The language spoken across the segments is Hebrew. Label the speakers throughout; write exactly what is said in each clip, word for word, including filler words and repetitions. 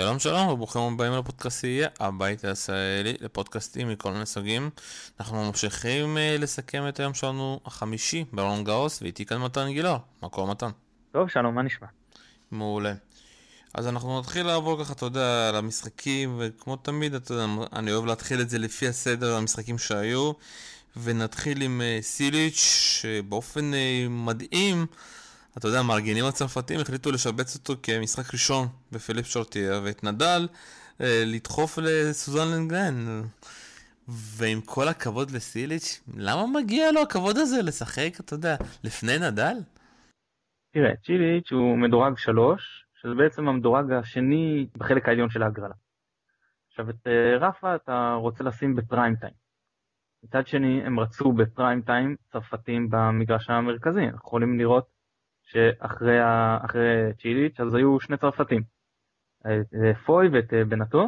Speaker 1: שלום שלום וברוכים הבאים לפודקאסטייה, הבית הישראלי לפודקאסטים מכל מיני סוגים. אנחנו ממשיכים אה, לסכם את היום שלנו החמישי ברון גאוס, ואיתי כאן מתן גילר. מה קורה מתן?
Speaker 2: טוב, שלום, מה נשמע?
Speaker 1: מעולה. אז אנחנו נתחיל לעבור ככה, אתה יודע, על המשחקים, וכמו תמיד, אתה יודע, אני אוהב להתחיל את זה לפי הסדר המשחקים שהיו, ונתחיל עם אה, סיליץ' שבאופן אה, מדהים, אתה יודע, המארגנים הצרפתים החליטו לשבץ אותו כמשחק ראשון בפיליפ שורטיר, ואת נדל אה, לדחוף לסוזן לנגרן. ועם כל הכבוד לסיליץ', למה מגיע לו הכבוד הזה לשחק, אתה יודע, לפני נדל?
Speaker 2: תראה, צ'יליץ' הוא מדורג שלוש, שזה בעצם המדורג השני בחלק העליון של ההגרלה. עכשיו, את אה, רפה אתה רוצה לשים בפריים טיים. מצד שני, הם רצו בפריים טיים צרפתים במגרש המרכזי. אנחנו יכולים לראות שאחרי ה... אחרי צ'יליץ' אז היו שני צרפתים. את אה, פוי ואת אה, בנאטו,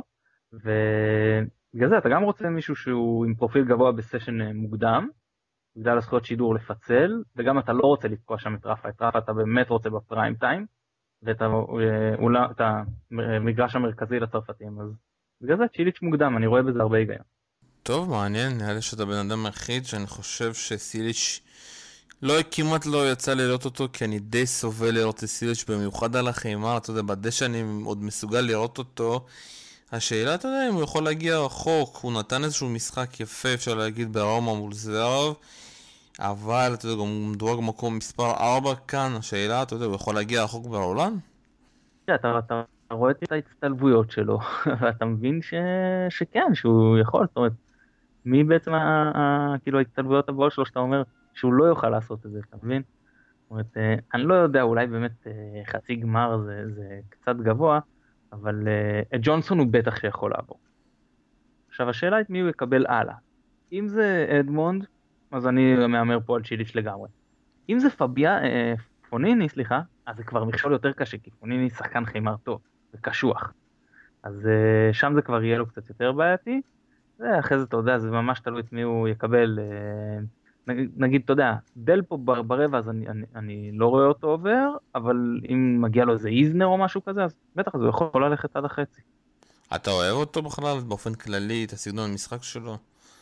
Speaker 2: ובגלל זה אתה גם רוצה מישהו שהוא עם פרופיל גבוה בסשן אה, מוקדם, בגלל הזכויות שידור לפצל, וגם אתה לא רוצה לתקוע שם את רפה, את רפה אתה באמת רוצה בפריים טיים, ואת האולה, את המגרש המרכזי לצרפתים, אז בגלל זה צ'יליץ' מוקדם, אני רואה בזה הרבה היגיון.
Speaker 1: טוב, מעניין, נראה לי שאתה בן אדם היחיד שאני חושב שסיליץ' לא, כמעט לא יצא לי לראות אותו, כי אני די סובל לראות את סיליץ' במיוחד על החימה, אתה יודע, בדשא אני עוד מסוגל לראות אותו. השאלה, אתה יודע, אם הוא יכול להגיע רחוק, הוא נתן איזשהו משחק יפה, אפשר להגיד, ברומא מול זרב, אבל, אתה יודע, גם הוא מדורג מקום מספר ארבע כאן, השאלה, אתה יודע, הוא יכול להגיע רחוק בהולנד?
Speaker 2: אתה, אתה רואה את ההצטלבויות שלו, ואתה מבין ש... שכן, שהוא יכול, זאת אומרת, מי בעצם ה... ה... כאילו ההצטלבויות הבאות שלו שאתה אומר שהוא לא יוכל לעשות את זה, אתה מבין? זאת אומרת, אה, אני לא יודע, אולי באמת אה, חצי גמר זה, זה קצת גבוה, אבל אה, את ג'ונסון הוא בטח שיכול לעבור. עכשיו השאלה את מי הוא יקבל הלאה. אם זה אדמונד, אז אני מאמר פה על צ'יליץ' לגמרי. אם זה פביה, אה, פוניני, סליחה, אז זה כבר מכשול יותר קשה, כי פוניני שחקן חימר טוב, וקשוח. אז אה, שם זה כבר יהיה לו קצת יותר בעייתי, ואחרי זה אתה יודע, זה ממש תלוי את מי הוא יקבל. אה, נגיד, נגיד, אתה יודע, דל פה בר- ברבע, אז אני, אני, אני לא רואה אותו עובר, אבל אם מגיע לו איזה איזנר או משהו כזה, אז בטח, אז הוא יכול ללכת עד החצי.
Speaker 1: אתה אוהב אותו בכלל, באופן כללי, את הסגנון המשחק שלו?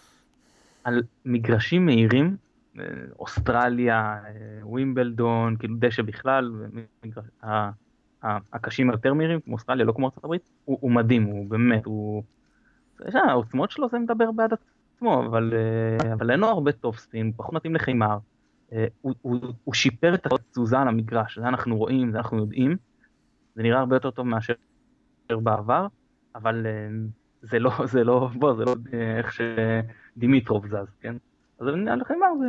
Speaker 2: על מגרשים מהירים, אה, אוסטרליה, אה, ווימבלדון, כאילו דשא בכלל, ומגרש- ה- ה- הקשים היותר מהירים, כמו אוסטרליה, לא כמו ארצות הברית, הוא, הוא מדהים, הוא באמת, הוא... יש, העוצמות שלו זה מדבר בעד עצמו, אבל, אה, אבל אין לו הרבה טופ ספין, הוא פחות מתאים לחימר, אה, הוא, הוא, הוא שיפר את התזוזה על המגרש, זה אנחנו רואים, זה אנחנו יודעים, זה נראה הרבה יותר טוב מאשר בעבר, אבל אה, זה לא, זה לא, בוא, זה לא אה, איך שדימיטרוב זז, כן? אז אני על חימר זה,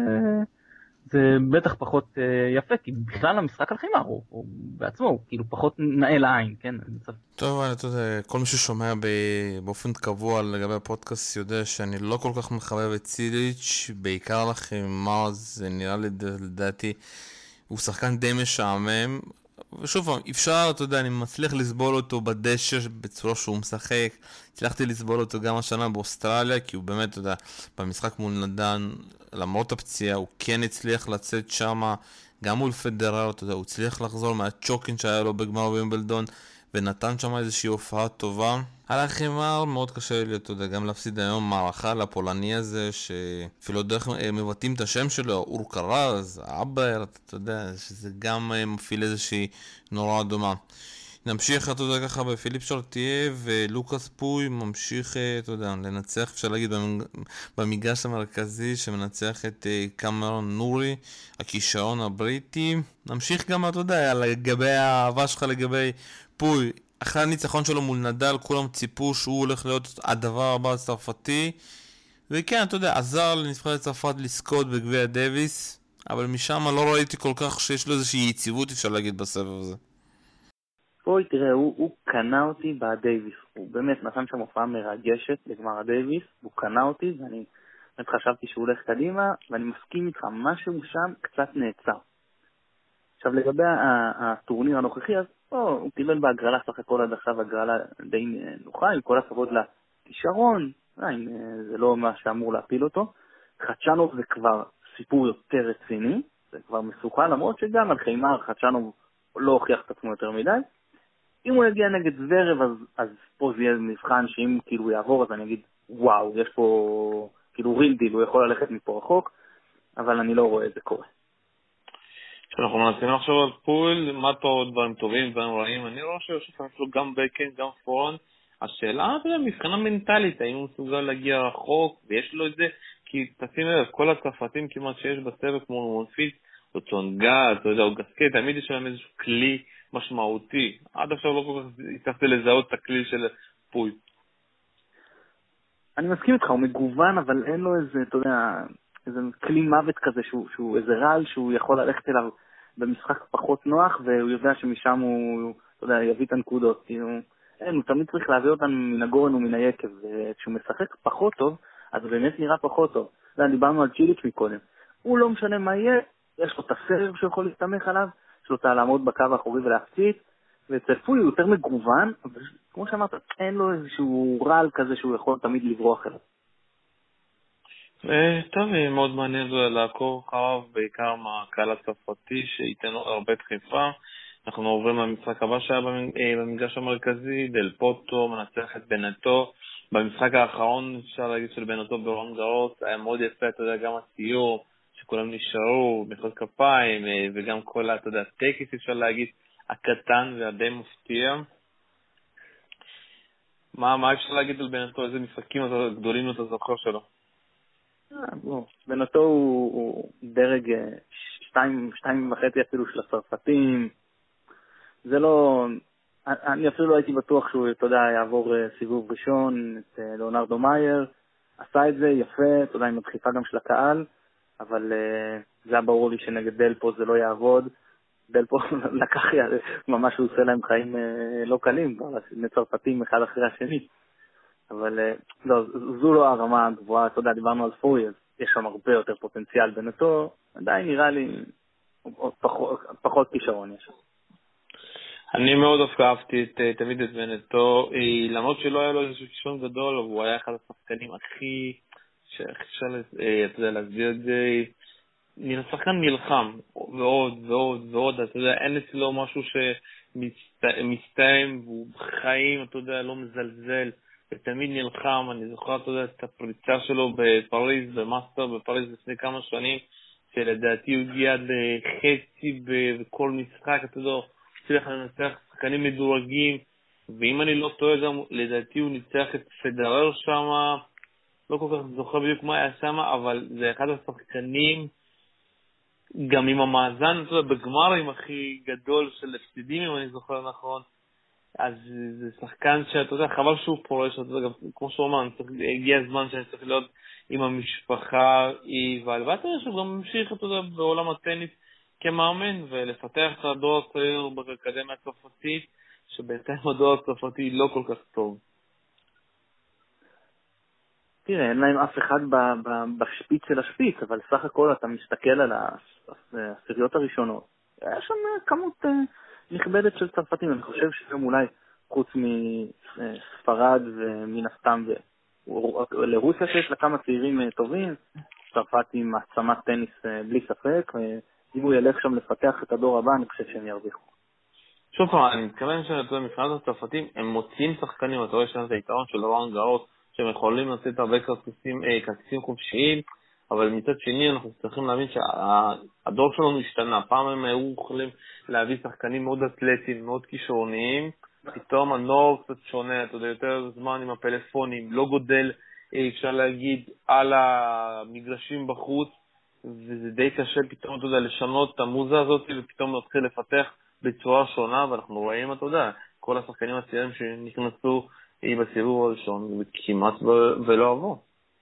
Speaker 2: זה בטח פחות אה, יפה, כי בכלל המשחק על חימר הוא, הוא בעצמו, הוא כאילו פחות נאה לעין, כן? אני מצב-
Speaker 1: טוב, אני, אתה יודע, כל מי ששומע ב- באופן קבוע לגבי הפודקאסט יודע שאני לא כל כך מחבב את סיליץ', בעיקר לכם, מה זה נראה לי, לדעתי, הוא שחקן די משעמם, ושוב פעם, אפשר, אתה יודע, אני מצליח לסבול אותו בדשא בצורה שהוא משחק, הצלחתי לסבול אותו גם השנה באוסטרליה, כי הוא באמת, אתה יודע, במשחק מול נדן, למרות הפציעה, הוא כן הצליח לצאת שמה, גם מול פדרר, אתה יודע, הוא הצליח לחזור מהצ'וקין שהיה לו בגמר וימבלדון, ונתן שם איזושהי הופעה טובה. על החימר מאוד קשה לי, אתה יודע, גם להפסיד היום מערכה לפולני הזה, שאפילו לא דרך אה, מבטאים את השם שלו, אור קרז, אבר, אתה יודע, שזה גם אה, מפעיל איזושהי נורא דומה. נמשיך, אתה יודע, ככה בפיליפ שורטיה, ולוקאס פוי ממשיך, אה, אתה יודע, לנצח, אפשר להגיד, במג- במגרש המרכזי, שמנצח את אה, קמרון נורי, הכישרון הבריטי. נמשיך גם, אתה יודע, לגבי האהבה שלך לגבי פוי. אחרי הניצחון שלו מול נדל, כולם ציפו שהוא הולך להיות הדבר הבא הצרפתי, וכן, אתה יודע, עזר לנבחרת צרפת לזכות בגביע דייוויס, אבל משם לא ראיתי כל כך שיש לו איזושהי יציבות, אפשר להגיד, בסבב הזה.
Speaker 2: אוי, תראה, הוא, הוא קנה אותי בדייוויס, הוא באמת נתן שם הופעה מרגשת לגמר הדייוויס, הוא קנה אותי ואני באמת חשבתי שהוא הולך קדימה, ואני מסכים איתך, משהו שם קצת נעצר. עכשיו לגבי ה- הטורניר הנוכחי, אז פה הוא קיבל בהגרלה סך הכל עד עכשיו הגרלה די נוחה, עם כל הכבוד לכישרון, אה, אם, אה, זה לא מה שאמור להפיל אותו. חדשנוב זה כבר סיפור יותר רציני, זה כבר מסוכן, למרות שגם על חיימר חדשנוב לא הוכיח את עצמו יותר מדי. אם הוא יגיע נגד זוורב, אז, אז פה זה יהיה מבחן שאם כאילו הוא יעבור, אז אני אגיד, וואו, יש פה כאילו ריל דיל, הוא יכול ללכת מפה רחוק, אבל אני לא רואה את זה קורה.
Speaker 1: כשאנחנו מנסים לחשוב על פול, מה פה עוד דברים טובים, דברים רעים, אני רואה שיש לו גם בקן, גם פורן. השאלה, אתה יודע, מבחינה מנטלית, האם הוא מסוגל להגיע רחוק, ויש לו את זה, כי תשים לב, כל הצרפתים כמעט שיש בסבב, כמו מונפיץ, או צונגה, אתה יודע, או גסקי, תמיד יש להם איזשהו כלי משמעותי. עד עכשיו לא כל כך הצלחתי לזהות את הכלי של פול.
Speaker 2: אני מסכים איתך, הוא מגוון, אבל אין לו איזה, אתה יודע, איזה כלי מוות כזה, שהוא, שהוא איזה רעל שהוא יכול ללכת אליו במשחק פחות נוח, והוא יודע שמשם הוא, אתה יודע, יביא את הנקודות. כאילו, אין, הוא תמיד צריך להביא אותנו מן הגורן ומן היקב, וכשהוא משחק פחות טוב, אז הוא באמת נראה פחות טוב. אתה יודע, דיברנו על צ'יליץ' מקודם. הוא לא משנה מה יהיה, יש לו את הסרב שיכול להסתמך עליו, יש לו את לעמוד בקו האחורי ולהפציץ, ואצל פוי הוא יותר מגוון, אבל כמו שאמרת, אין לו איזשהו רעל כזה שהוא יכול תמיד לברוח אליו.
Speaker 1: טוב, מאוד מעניין לעקוב אחריו, בעיקר מהקהל הצרפתי שייתן הרבה דחיפה. אנחנו עוברים למשחק הבא שהיה במגרש המרכזי, דל פוטו מנצח את בנטו. במשחק האחרון אפשר להגיד של בנטו ברון גרוס, היה מאוד יפה, אתה יודע, גם הציור, שכולם נשארו, מחיאות כפיים, וגם כל, אתה יודע, טקס אפשר להגיד, הקטן והדי מפתיע. מה, מה אפשר להגיד על בנטו? איזה משחקים גדולים אתה זוכר שלו?
Speaker 2: בנטו הוא, הוא דרג שתיים, שתיים וחצי אפילו של הצרפתים. זה לא, אני אפילו לא הייתי בטוח שהוא, אתה יודע, יעבור סיבוב ראשון, את לאונרדו מאייר. עשה את זה יפה, אתה יודע, עם הדחיפה גם של הקהל, אבל זה היה ברור לי שנגד דלפו זה לא יעבוד. דלפו לקח, ממש הוא עושה להם חיים לא קלים, שני צרפתים אחד אחרי השני. אבל לא, זו לא הרמה הגבוהה, אתה יודע, דיברנו על פוי, אז יש שם הרבה יותר פוטנציאל בנטו, עדיין נראה לי פחות, פחות כישרון יש.
Speaker 1: אני מאוד אהבתי תמיד את בנטו, למרות שלא היה לו איזשהו כישרון גדול, אבל הוא היה אחד השחקנים הכי, שאפשר להסביר את זה, שחקן נלחם, ועוד ועוד ועוד, אתה יודע, אין אצלו משהו שמסתיים, והוא בחיים, אתה יודע, לא מזלזל, ותמיד נלחם. אני זוכר, אתה יודע, את הפריצה שלו בפריז, במאסטר בפריז לפני כמה שנים, שלדעתי הוא הגיע לחצי בכל משחק, אתה יודע, צריך לנצח שחקנים מדורגים, ואם אני לא טועה גם, לדעתי הוא ניצח את פדרר שם, לא כל כך זוכר בדיוק מה היה שם, אבל זה אחד השחקנים, גם עם המאזן, אתה יודע, בגמרים הכי גדול של הפסידים, אם אני זוכר נכון, אז זה שחקן שאתה יודע, חבל שהוא פורש, אתה יודע, כמו שאומר, הגיע הזמן שאני צריך להיות עם המשפחה, והלוואי שהוא גם ממשיך, אתה יודע, בעולם הטניס כמאמן, ולפתח את הדור הצעיר באקדמיה הצרפתית, שבינתיים הדור הצרפתי לא כל כך טוב.
Speaker 2: תראה, אין להם אף אחד בשפיץ של השפיץ, אבל סך הכל אתה מסתכל על העשיריות הראשונות. יש שם כמות נכבדת של צרפתים, אני חושב שגם אולי חוץ מספרד ומן הסתם לרוסיה שיש לה כמה צעירים טובים, צרפת עם מעצמת טניס בלי ספק, אם הוא ילך שם לפתח את הדור הבא, אני חושב שהם ירוויחו.
Speaker 1: שוב פעם, אני מתכוון שמבחינת הצרפתים, הם מוצאים שחקנים, אתה רואה שיש את היתרון של רון גרוס, שהם יכולים לצאת הרבה כרטיסים חופשיים, אבל מצד שני אנחנו צריכים להבין שהדור שלנו השתנה. פעם הם היו יכולים להביא שחקנים מאוד אתלטיים, מאוד כישרוניים, פתאום הנוער קצת שונה, אתה יודע, יותר זמן עם הפלאפונים, לא גודל, אפשר להגיד, על המגרשים בחוץ, וזה די קשה פתאום, אתה יודע, לשנות את המוזה הזאת, ופתאום להתחיל לפתח בצורה שונה, ואנחנו רואים, אתה יודע, כל השחקנים הצעירים שנכנסו בסיבוב הראשון, כמעט ולא עבור.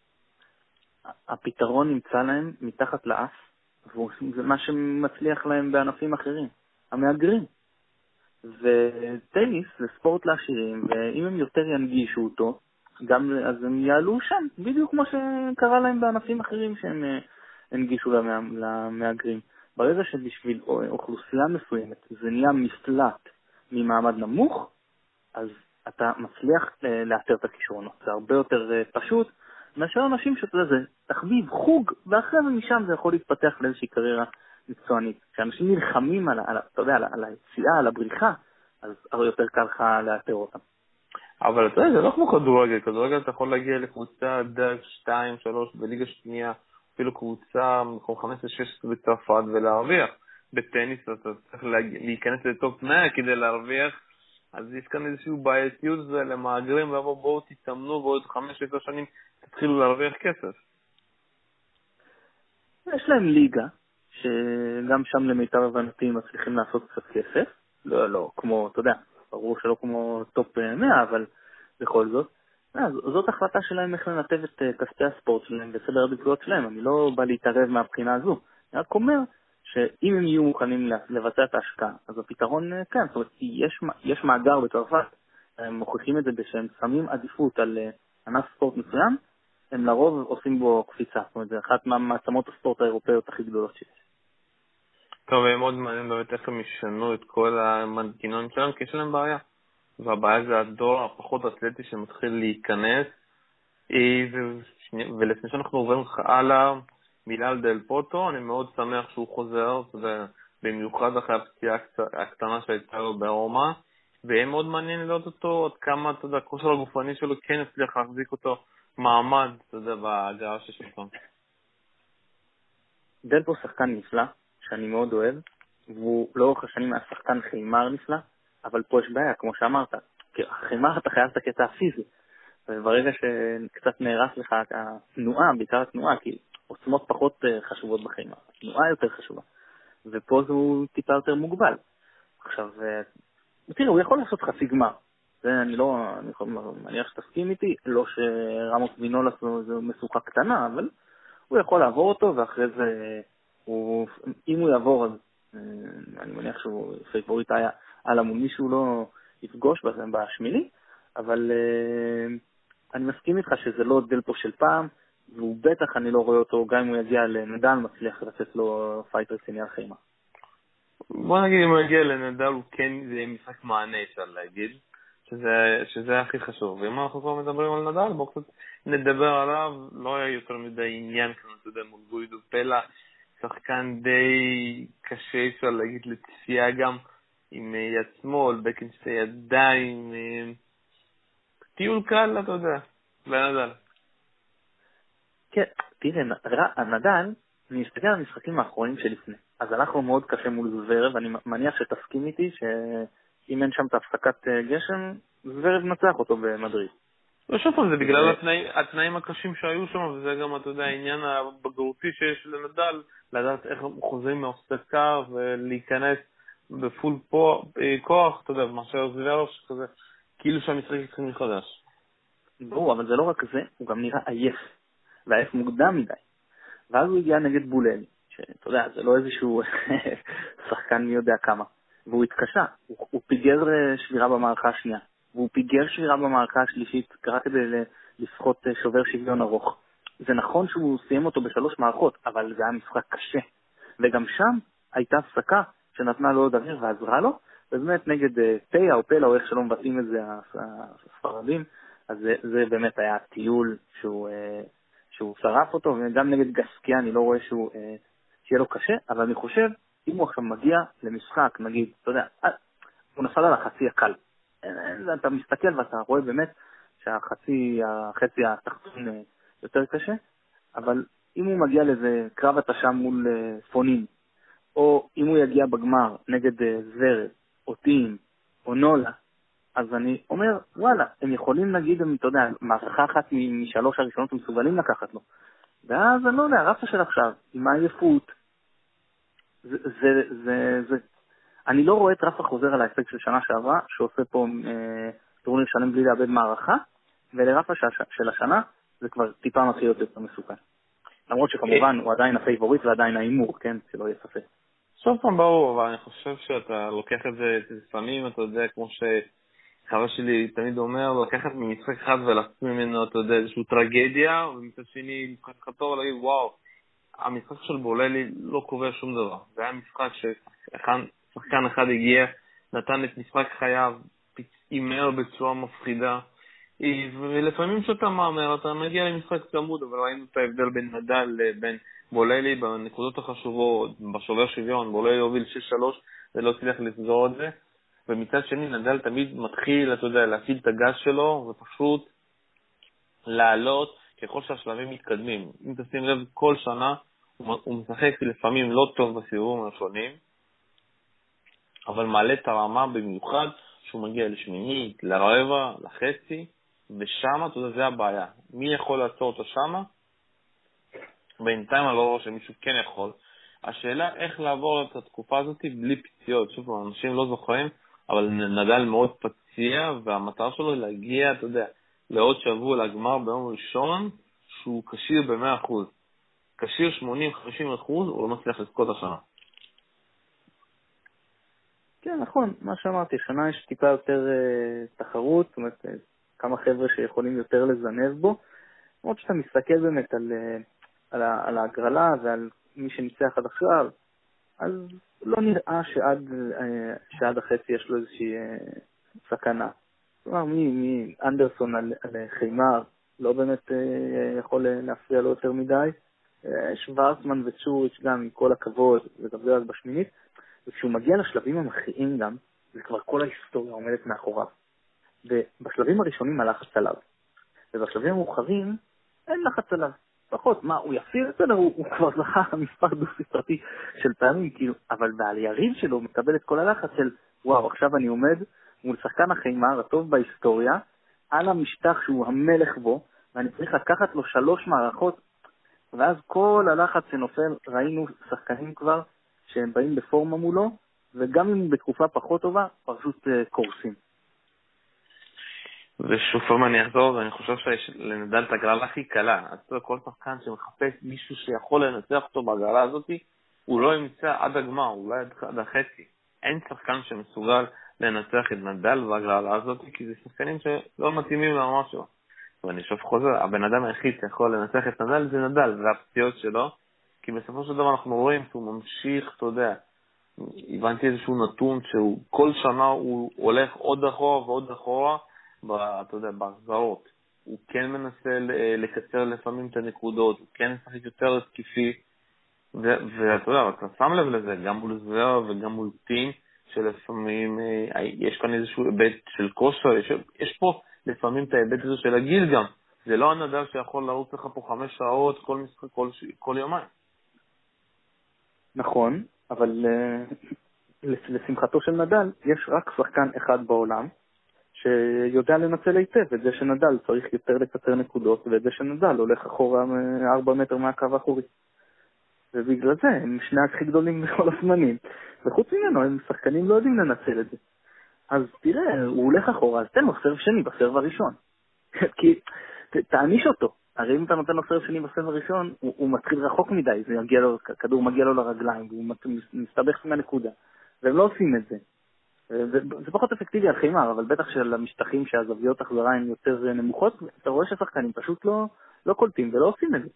Speaker 2: הפתרון נמצא להם מתחת לאף, וזה מה שמצליח להם בענפים אחרים, המאגרים. וטניס זה ספורט לעשירים, ואם הם יותר ינגישו אותו, גם אז הם יעלו שם, בדיוק כמו שקרה להם בענפים אחרים שהם הנגישו למאגרים. ברגע שבשביל אוכלוסייה מסוימת זה נהיה מפלט ממעמד נמוך, אז אתה מצליח לאתר את הכישרונות. זה הרבה יותר פשוט, מאשר אנשים שאתה יודע, זה תחביב, חוג, ואחרי זה משם זה יכול להתפתח לאיזושהי קריירה מקצוענית. כשאנשים נלחמים על, על, אתה יודע, על, על היציאה, על הבריחה, אז יותר קל לך לאתר אותם.
Speaker 1: אבל אתה יודע, זה לא כמו כדורגל, כדורגל אתה יכול להגיע לקבוצה דק שתיים שלוש בליגה שנייה, אפילו קבוצה מקום חמש עשרה שש עשרה בצרפת ולהרוויח. בטניס אתה צריך להיכנס לטופ מאה כדי להרוויח, אז יש כאן איזושהי בעייתיות למאגרים, ובואו בואו תתאמנו בעוד חמש עשר שנים תתחילו להרוויח כסף.
Speaker 2: יש להם ליגה, שגם שם למיטב הבנתי מצליחים לעשות קצת כסף, לא, לא, כמו, אתה יודע, ברור שלא כמו טופ מאה, אבל בכל זאת. אז, זאת החלטה שלהם איך לנתב את כספי הספורט שלהם בסדר העדיפויות שלהם. אני לא בא להתערב מהבחינה הזו. אני רק אומר שאם הם יהיו מוכנים לבצע את ההשקעה, אז הפתרון כן. זאת אומרת, יש, יש מאגר בצרפת, הם מוכיחים את זה בשהם שמים עדיפות על ענף ספורט מסוים, הם לרוב עושים בו קפיצה. זאת אומרת, זה אחת מהמעצמות הספורט האירופאיות הכי גדולות שיש.
Speaker 1: טוב, הם מאוד מעניין באמת איך הם ישנו את כל המנגנון שלהם, כי יש להם בעיה. והבעיה זה הדור הפחות אתלטי שמתחיל להיכנס. ולפני שאנחנו עוברים הלאה, מילאל דל פוטו, אני מאוד שמח שהוא חוזר, במיוחד אחרי הפציעה הקטנה שהייתה לו ברומא, והם מאוד מעניין לראות אותו, עד כמה, אתה יודע, הכושר הגופני שלו כן יצליח להחזיק אותו מעמד, אתה יודע, בהגעה ששלטון.
Speaker 2: דל פה שחקן נפלא, שאני מאוד אוהב, והוא לאורך השנים היה שחקן חיימר נפלא, אבל פה יש בעיה, כמו שאמרת, חיימר אתה חייב את הקטע הפיזי, וברגע שקצת נערס לך התנועה, בעיקר התנועה, כי עוצמות פחות חשובות בחיימר, התנועה יותר חשובה, ופה זהו טיפה יותר מוגבל. עכשיו, תראה, הוא יכול לעשות חצי גמר, זה אני לא, אני יכול, מניח שתסכים איתי, לא שרמוס וינולס זו משוכה קטנה, אבל הוא יכול לעבור אותו, ואחרי זה, הוא, אם הוא יעבור, אז אני מניח שהוא פייבוריט היה על המון מישהו לא יפגוש בשמיני, אבל אני מסכים איתך שזה לא דל פה של פעם, והוא בטח אני לא רואה אותו, גם אם הוא יגיע לנדל, מצליח לתת לו פייט רציני על חיימה.
Speaker 1: בוא נגיד, אם הוא יגיע לנדל, הוא כן, זה יהיה משחק מענה, אפשר להגיד, שזה, שזה הכי חשוב. ואם אנחנו כבר מדברים על נדל, בואו קצת נדבר עליו, לא היה יותר מדי עניין, כמו אתה יודע, מול גוידו פלה, שחקן די קשה, אפשר להגיד, לצפייה גם עם יד שמאל, בקן שתי ידיים, טיול קל, אתה יודע, לנדל.
Speaker 2: כן, תראה, הנדל, אני אסתכל על המשחקים האחרונים שלפני. אז הלכנו מאוד קשה מול זוורב, ואני מניח שתסכים איתי שאם אין שם את הפסקת גשם, זוורב נצח אותו במדריד.
Speaker 1: לא שוב פעם, זה בגלל התנאים, התנאים הקשים שהיו שם, וזה גם, אתה יודע, העניין הבגרותי שיש לנדל, לדעת איך הם חוזרים מהפסקה ולהיכנס בפול כוח, אתה יודע, מאשר זוורב שכזה, כאילו שהמשחק יתחיל מחדש.
Speaker 2: ברור, אבל זה לא רק זה, הוא גם נראה עייף, ועייף מוקדם מדי. ואז הוא הגיע נגד בוללי, שאתה יודע, זה לא איזשהו שחקן מי יודע כמה. והוא התקשה, הוא, הוא פיגר שבירה במערכה השנייה, והוא פיגר שבירה במערכה השלישית, קרא כדי לשחות שובר שוויון ארוך. זה נכון שהוא סיים אותו בשלוש מערכות, אבל זה היה משחק קשה. וגם שם הייתה הפסקה שנתנה לו עוד אוויר ועזרה לו, ובאמת נגד פיה או פלה, או איך שלא מבטאים את זה הספרדים, אז זה, זה באמת היה טיול שהוא... שהוא שרף אותו, וגם נגד גסקיה אני לא רואה שהוא, אה, שיהיה לו קשה, אבל אני חושב, אם הוא עכשיו מגיע למשחק, נגיד, אתה יודע, הוא נפל על החצי הקל. אתה מסתכל ואתה רואה באמת שהחצי, החצי התחתון אה, יותר קשה, אבל אם הוא מגיע לזה קרב התשה מול אה, פונים, או אם הוא יגיע בגמר נגד אה, זוורב, או טים, או נולה, אז אני אומר, וואלה, הם יכולים להגיד, אתה יודע, מערכה אחת משלוש הראשונות הם מסוגלים לקחת לו. ואז אני לא יודע, הרפה של עכשיו, עם העייפות, זה, זה, זה, זה, אני לא רואה את רפה חוזר על ההישג של שנה שעברה, שעושה פה אה, טורניר שלם בלי לאבד מערכה, ולרפה של, של השנה, זה כבר טיפה מתחיל יותר מסוכן. למרות שכמובן הוא עדיין הפייבוריט ועדיין האימור, כן? שלא יהיה ספק.
Speaker 1: סוף פעם ברור, אבל אני חושב שאתה לוקח את זה, לפעמים, אתה יודע, כמו ש... חבר שלי תמיד אומר, לקחת ממשחק אחד ולעשות ממנו, אתה יודע, איזושהי טרגדיה, ומצד שני, משחק חתור, להגיד, וואו, המשחק של בוללי לא קובע שום דבר. זה היה משחק ששחקן אחד הגיע, נתן את משחק חייו, אימר בצורה מפחידה, ולפעמים שאתה מאמר, אתה מגיע למשחק צמוד, אבל ראינו את ההבדל בין נדל לבין בוללי, בנקודות החשובות, בשובר שוויון, בוללי הוביל שש שלוש, ולא הצליח לסגור את זה. ומצד שני נדל תמיד מתחיל, אתה יודע, להפעיל את הגז שלו, ופשוט לעלות ככל שהשלבים מתקדמים. אם תשים לב, כל שנה הוא, הוא משחק לפעמים לא טוב בסיבובים הראשונים, אבל מעלה את הרמה במיוחד שהוא מגיע לשמינית, לרבע, לחצי, ושם, אתה יודע, זה הבעיה. מי יכול לעצור אותו שמה? בינתיים אני לא רואה שמישהו כן יכול. השאלה איך לעבור את התקופה הזאת בלי פציעות. שוב, אנשים לא זוכרים, אבל נדל מאוד פציע, והמטרה שלו היא להגיע, אתה יודע, לעוד שבוע לגמר ביום ראשון, שהוא קשיר ב-מאה אחוז. קשיר שמונים חמישים אחוז, הוא לא מצליח לזכות השנה.
Speaker 2: כן, נכון, מה שאמרתי, שנה יש טיפה יותר uh, תחרות, זאת אומרת, uh, כמה חבר'ה שיכולים יותר לזנב בו, למרות שאתה מסתכל באמת על, uh, על, ה, על ההגרלה ועל מי שניצח עד עכשיו, אז לא נראה שעד, uh, שעד החצי יש לו איזושהי uh, סכנה. זאת אומרת, מי, מי אנדרסון על, על חיימר לא באמת uh, יכול להפריע לו יותר מדי, uh, שוורצמן וצ'וריץ' גם עם כל הכבוד, וגם זה אז בשמינית, וכשהוא מגיע לשלבים המכריעים גם, זה כבר כל ההיסטוריה עומדת מאחוריו. ובשלבים הראשונים הלחץ עליו. ובשלבים המאוחרים אין לחץ עליו. פחות, מה, הוא יפסיד את זה? הוא, הוא כבר זכה מספר דו-ספרתי של פעמים, כאילו, אבל בעל יריב שלו הוא מקבל את כל הלחץ של, וואו, עכשיו אני עומד מול שחקן החיימר הטוב בהיסטוריה, על המשטח שהוא המלך בו, ואני צריך לקחת לו שלוש מערכות, ואז כל הלחץ שנופל, ראינו שחקנים כבר, שהם באים בפורמה מולו, וגם אם בתקופה פחות טובה, פשוט uh, קורסים.
Speaker 1: ושוב פעם אני אחזור, ואני חושב שלנדל את הגרלה הכי קלה. אז כל שחקן שמחפש מישהו שיכול לנצח אותו בהגרלה הזאת, הוא לא ימצא עד הגמר, אולי עד החצי. אין שחקן שמסוגל לנצח את נדל בהגרלה הזאת, כי זה שחקנים שלא מתאימים לרמה שלו. ואני שוב חוזר, הבן אדם היחיד שיכול לנצח את נדל זה נדל, זה הפציעות שלו, כי בסופו של דבר אנחנו רואים שהוא ממשיך, אתה יודע, הבנתי איזשהו נתון שהוא כל שנה הוא הולך עוד אחורה ועוד אחורה, אתה יודע, בהחזרות. הוא כן מנסה לקצר לפעמים את הנקודות, הוא כן משחק יותר התקיפי, ואתה יודע, אתה שם לב לזה, גם מול זוור וגם מול טים, שלפעמים יש כאן איזשהו היבט של כושר, יש, יש פה לפעמים את ההיבט הזה של הגיל גם. זה לא הנדל שיכול לרוץ לך פה חמש שעות כל משחק, כל, כל יומיים.
Speaker 2: נכון, אבל uh, לשמחתו של נדל, יש רק שחקן אחד בעולם שיודע לנצל היטב את זה שנדל צריך יותר לקצר נקודות, ואת זה שנדל הולך אחורה ארבע מטר מהקו האחורי. ובגלל זה הם שני הכי גדולים בכל הזמנים. וחוץ ממנו, הם שחקנים לא יודעים לנצל את זה. אז תראה, הוא הולך אחורה, אז תן לו סרב שני בסרב הראשון. כי תעניש אותו. הרי אם אתה נותן לו סרב שני בסרב הראשון, הוא, הוא מתחיל רחוק מדי, זה יגיע לו, כדור מגיע לו לרגליים, והוא מסתבך מהנקודה. והם לא עושים את זה. זה, זה פחות אפקטיבי על חיימר, אבל בטח של המשטחים שהזוויות החזרה הן יותר נמוכות, אתה רואה ששחקנים פשוט לא, לא קולטים ולא עושים את זה.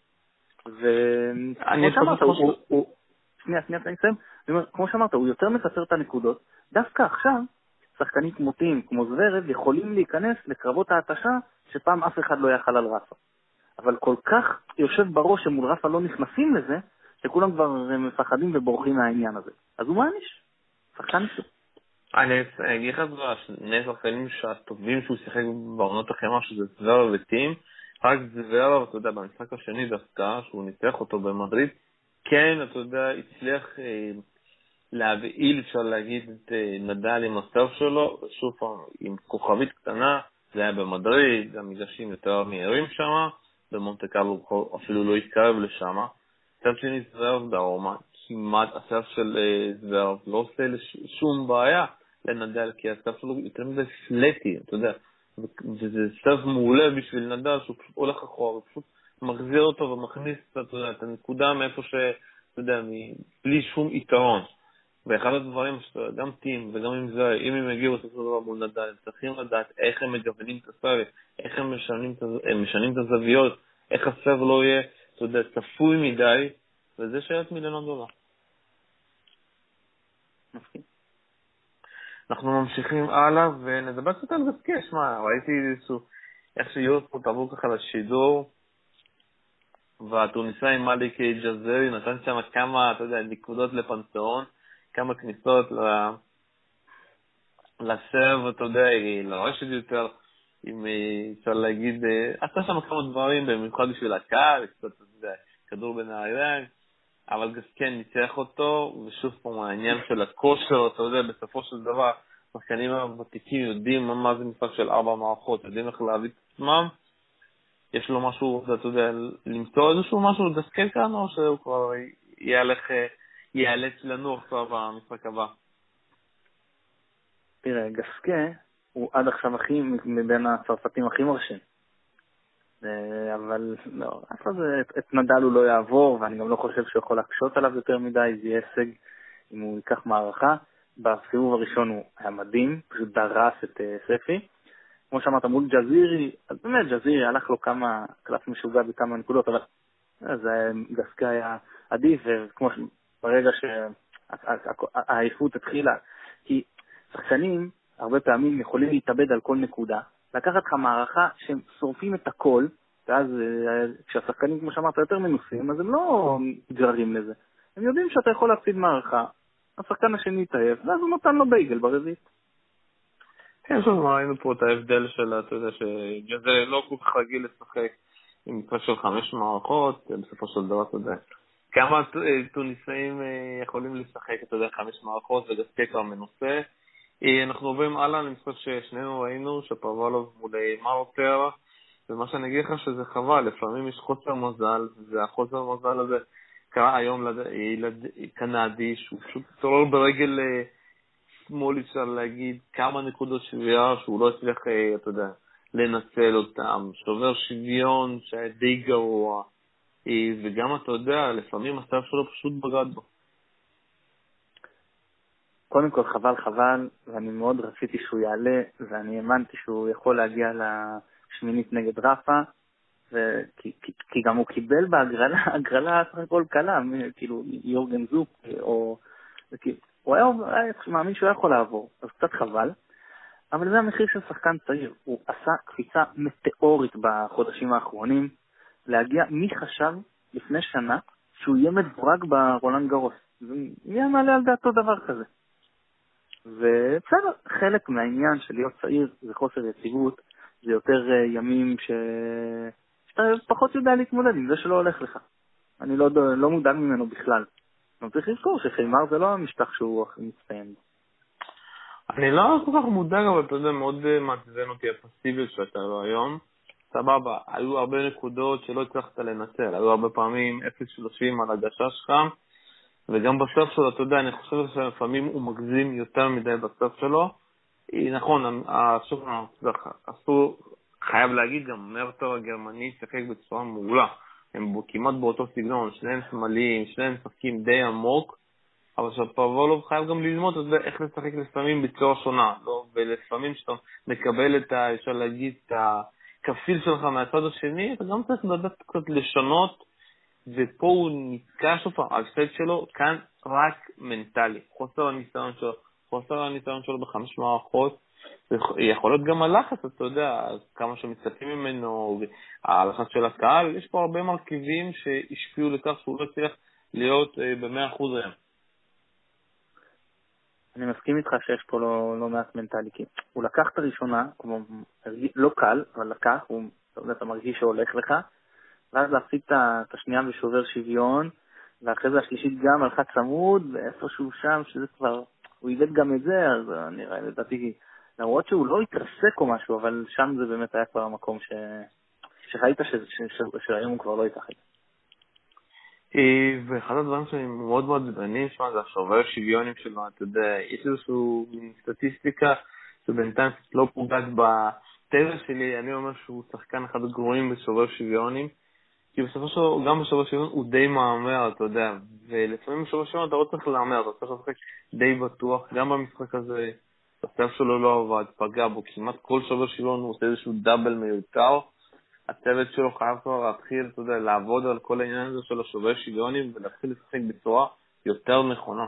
Speaker 2: וכמו שאמרת, הוא, הוא, שנייה, שנייה, אני אסיים, כמו שאמרת, הוא יותר מקצר את הנקודות, דווקא עכשיו, שחקנים כמותיים, כמו זוורב, יכולים להיכנס לקרבות ההתשה, שפעם אף אחד לא יכל על רפה. אבל כל כך יושב בראש שמול רפה לא נכנסים לזה, שכולם כבר מפחדים ובורחים מהעניין הזה. אז הוא מעניש, שחקן איתו.
Speaker 1: אני אגיד לך כבר, שני שחקנים שהטובים שהוא שיחק בעונות החיימר, שזה זוורב וטים, רק זוורב, אתה יודע, במשחק השני דווקא, שהוא ניצח אותו במדריד, כן, אתה יודע, הצליח אה, להבעיל, אפשר להגיד, את אה, נדל עם הסרף שלו, שוב פעם, עם כוכבית קטנה, זה היה במדריד, המגרשים יותר מהירים שם, במונטה קרלו אפילו לא התקרב לשם. סרף שני זוורב דרומה, כמעט הסרף של אה, זוורב לא עושה שום בעיה לנדל, כי הסרף שלו יותר מדי פלטי, אתה יודע, וזה סרף מעולה בשביל נדל, שהוא פשוט הולך אחורה, ופשוט מחזיר אותו ומכניס אתה יודע, את הנקודה מאיפה ש, אתה יודע, בלי שום יתרון. ואחד הדברים, גם טים וגם אם זה, אם הם הגיעו את הדבר מול נדל, הם צריכים לדעת איך הם מגוונים את הסרף, איך הם משנים, הם משנים את הזוויות, איך הסרף לא יהיה, אתה יודע, צפוי מדי, וזה שייך מיליון דולר.
Speaker 2: מסכים.
Speaker 1: אנחנו ממשיכים הלאה, ונדבר קצת על גסקש. מה, ראיתי איזשהו, איך שיוס פה תבוא ככה לשידור, והטוניסאי מאליק ג'זרי נתן שם כמה, אתה יודע, נקודות לפנתיאון, כמה כניסות לשב, אתה יודע, לרשת יותר, אם אפשר להגיד, עשה שם כמה דברים, במיוחד בשביל הקהל, קצת, אתה יודע, כדור בין הידיים, אבל גסקן ניצח אותו, ושוב פה העניין של הכושר, אתה יודע, בסופו של דבר, השחקנים הוותיקים יודעים מה זה משחק של ארבע מערכות, יודעים איך להביא את עצמם, יש לו משהו, אתה יודע, למצוא איזשהו משהו לדסקל כאן, או שהוא כבר ייאלץ, ייאלץ לנוח כבר במשחק הבא?
Speaker 2: תראה, גסקה הוא עד עכשיו הכי, מבין הצרפתים הכי מרשים. אבל לא, אף זה, את, את נדל הוא לא יעבור, ואני גם לא חושב שהוא יכול להקשות עליו יותר מדי, זה יהיה הישג אם הוא ייקח מערכה. בסיבוב הראשון הוא היה מדהים, פשוט דרס את uh, ספי. כמו שאמרת, מול ג'זירי, אז באמת ג'זירי הלך לו כמה, קלף משוגע בכמה נקודות, אבל אז גסקה היה עדיף, וכמו ברגע שהעייפות התחילה, כי שחקנים הרבה פעמים יכולים להתאבד על כל נקודה, לקחת לך מערכה שהם שורפים את הכל, ואז כשהשחקנים, כמו שאמרת, יותר מנוסים, אז הם לא גררים לזה. הם יודעים שאתה יכול להפסיד מערכה, השחקן השני יתעייף, ואז הוא נותן לו בייגל ברביעית.
Speaker 1: כן, שוב, ראינו פה את ההבדל של, אתה יודע, שזה לא כל כך רגיל לשחק עם מקרה של חמש מערכות, בסופו של דבר, אתה יודע. כמה טוניסאים יכולים לשחק, אתה יודע, חמש מערכות, וגסקה כבר מנוסה. אנחנו עוברים הלאה, אני חושב ששנינו ראינו שפרבלוב מול מרוטר, ומה שאני אגיד לך שזה חבל, לפעמים יש חוסר מזל, והחוסר מזל הזה קרה היום לילד קנדי, שהוא פשוט צורר ברגל שמאל, אפשר להגיד, כמה נקודות שוויון, שהוא לא הצליח, אתה יודע, לנצל אותם, שובר שוויון שהיה די גרוע, וגם אתה יודע, לפעמים הסתיו שלו פשוט בגד בו.
Speaker 2: קודם כל חבל חבל, ואני מאוד רציתי שהוא יעלה, ואני האמנתי שהוא יכול להגיע לשמינית נגד רפה, וכי, כי, כי גם הוא קיבל בהגרלה, הגרלה סך הכל קלה, כאילו יורגן זוק, או, וכי, הוא היה, היה מאמין שהוא יכול לעבור, אז קצת חבל, אבל זה המחיר של שחקן צעיר, הוא עשה קפיצה מטאורית בחודשים האחרונים, להגיע, מי חשב לפני שנה שהוא יהיה מדורג ברולנד גרוס, מי המעלה על דעתו דבר כזה? ובסדר, חלק מהעניין של להיות צעיר זה חוסר יציבות, זה יותר ימים ש... שאתה פחות יודע להתמודד עם זה שלא הולך לך. אני לא, לא מודאג ממנו בכלל. אני צריך לזכור שחיימר זה לא המשטח שהוא הכי מצטיין.
Speaker 1: אני לא כל כך מודאג, אבל אתה יודע, מאוד מעצבן אותי הפסיביות שאתה לא היום. סבבה, היו הרבה נקודות שלא הצלחת לנצל, היו הרבה פעמים אפס שלושים על הגשה שלך, וגם בסוף שלו, אתה יודע, אני חושב שלפעמים הוא מגזים יותר מדי בסוף שלו. נכון, השוק עשו, חייב להגיד, גם מרטר הגרמני שחק בצורה מעולה. הם כמעט באותו סגנון, שניהם שמאליים, שניהם משחקים די עמוק, אבל שפרבולוב חייב גם ללמוד, אתה יודע, איך לשחק לפעמים בצורה שונה, לא? ולפעמים שאתה מקבל את ה, אפשר להגיד, את הכפיל שלך מהצד השני, אתה גם צריך לדעת קצת לשנות, ופה הוא נתקע שוב, ההפסד שלו כאן רק מנטלי, חוסר הניסיון שלו, חוסר הניסיון שלו בחמש מערכות, יכול להיות גם הלחץ, אתה יודע, כמה שמצפים ממנו, הלחץ של הקהל, יש פה הרבה מרכיבים שהשפיעו לכך שהוא לא צריך להיות ב-מאה אחוז היום.
Speaker 2: אני מסכים איתך שיש פה לא, לא מעט מנטלי, כי הוא לקח את הראשונה, כמו, לא קל, אבל לקח, הוא, אתה מרגיש שהולך לך, ואז להפסיד את השנייה ושובר שוויון, ואחרי זה השלישית גם הלכה צמוד, ואיפשהו שם, שזה כבר, הוא איבד גם את זה, אז נראה, לדעתי, למרות שהוא לא התרסק או משהו, אבל שם זה באמת היה כבר המקום ש... שראית ש... ש... ש... שהיום הוא כבר לא ייקח את זה.
Speaker 1: ואחד הדברים שאני מאוד מאוד זבנים שם, זה השובר שוויונים שלו, אתה יודע, יש איזשהו סטטיסטיקה שבינתיים לא פוגעת בטבע שלי, אני אומר שהוא שחקן אחד הגרועים בשובר שוויונים, כי בסופו שלו, גם בשובר שוויון הוא די מאמר, אתה יודע, ולפעמים בשובר שוויון אתה לא צריך לאמר, אתה צריך לשחק די בטוח, גם במשחק הזה, הצבע שלו לא עבד, פגע בו, כמעט כל שובר שוויון הוא עושה איזשהו דאבל מיותר, הצוות שלו חייב כבר להתחיל, אתה יודע, לעבוד על כל העניין הזה של השובר שוויונים, ולהתחיל לשחק בצורה יותר נכונה.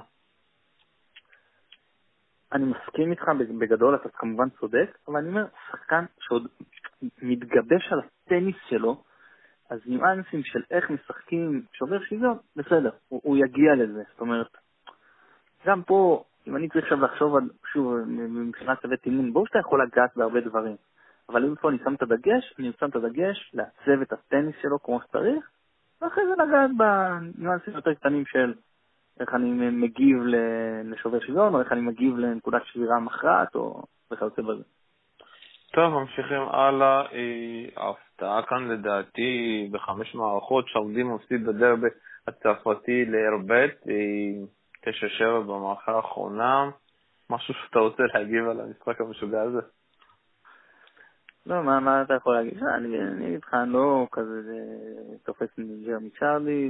Speaker 2: אני מסכים איתך בגדול, אתה כמובן צודק, אבל אני אומר, שחקן שעוד מתגבש על הטניס שלו, אז ניואנסים של איך משחקים שובר שוויון, בסדר, הוא, הוא יגיע לזה. זאת אומרת, גם פה, אם אני צריך עכשיו לחשוב על שוב, מבחינת צוות אימון, ברור שאתה יכול לגעת בהרבה דברים, אבל אם פה אני שם את הדגש, אני שם את הדגש לעצב את הטניס שלו כמו שצריך, ואחרי זה לגעת בניואנסים יותר קטנים של איך אני מגיב לשובר שוויון, או איך אני מגיב לנקודת שבירה מכרעת, או וכיוצא בזה.
Speaker 1: טוב, ממשיכים הלאה. ההפתעה כאן לדעתי בחמש מערכות, שרדים מפסיד בדרבי הצרפתי להרבט, תשע שבע במערכה האחרונה. משהו שאתה רוצה להגיב על המשחק המשוגע הזה?
Speaker 2: לא, מה, מה אתה יכול להגיד? אני, אני אגיד לך, אני לא כזה תופס מג'רמי צ'ארלי,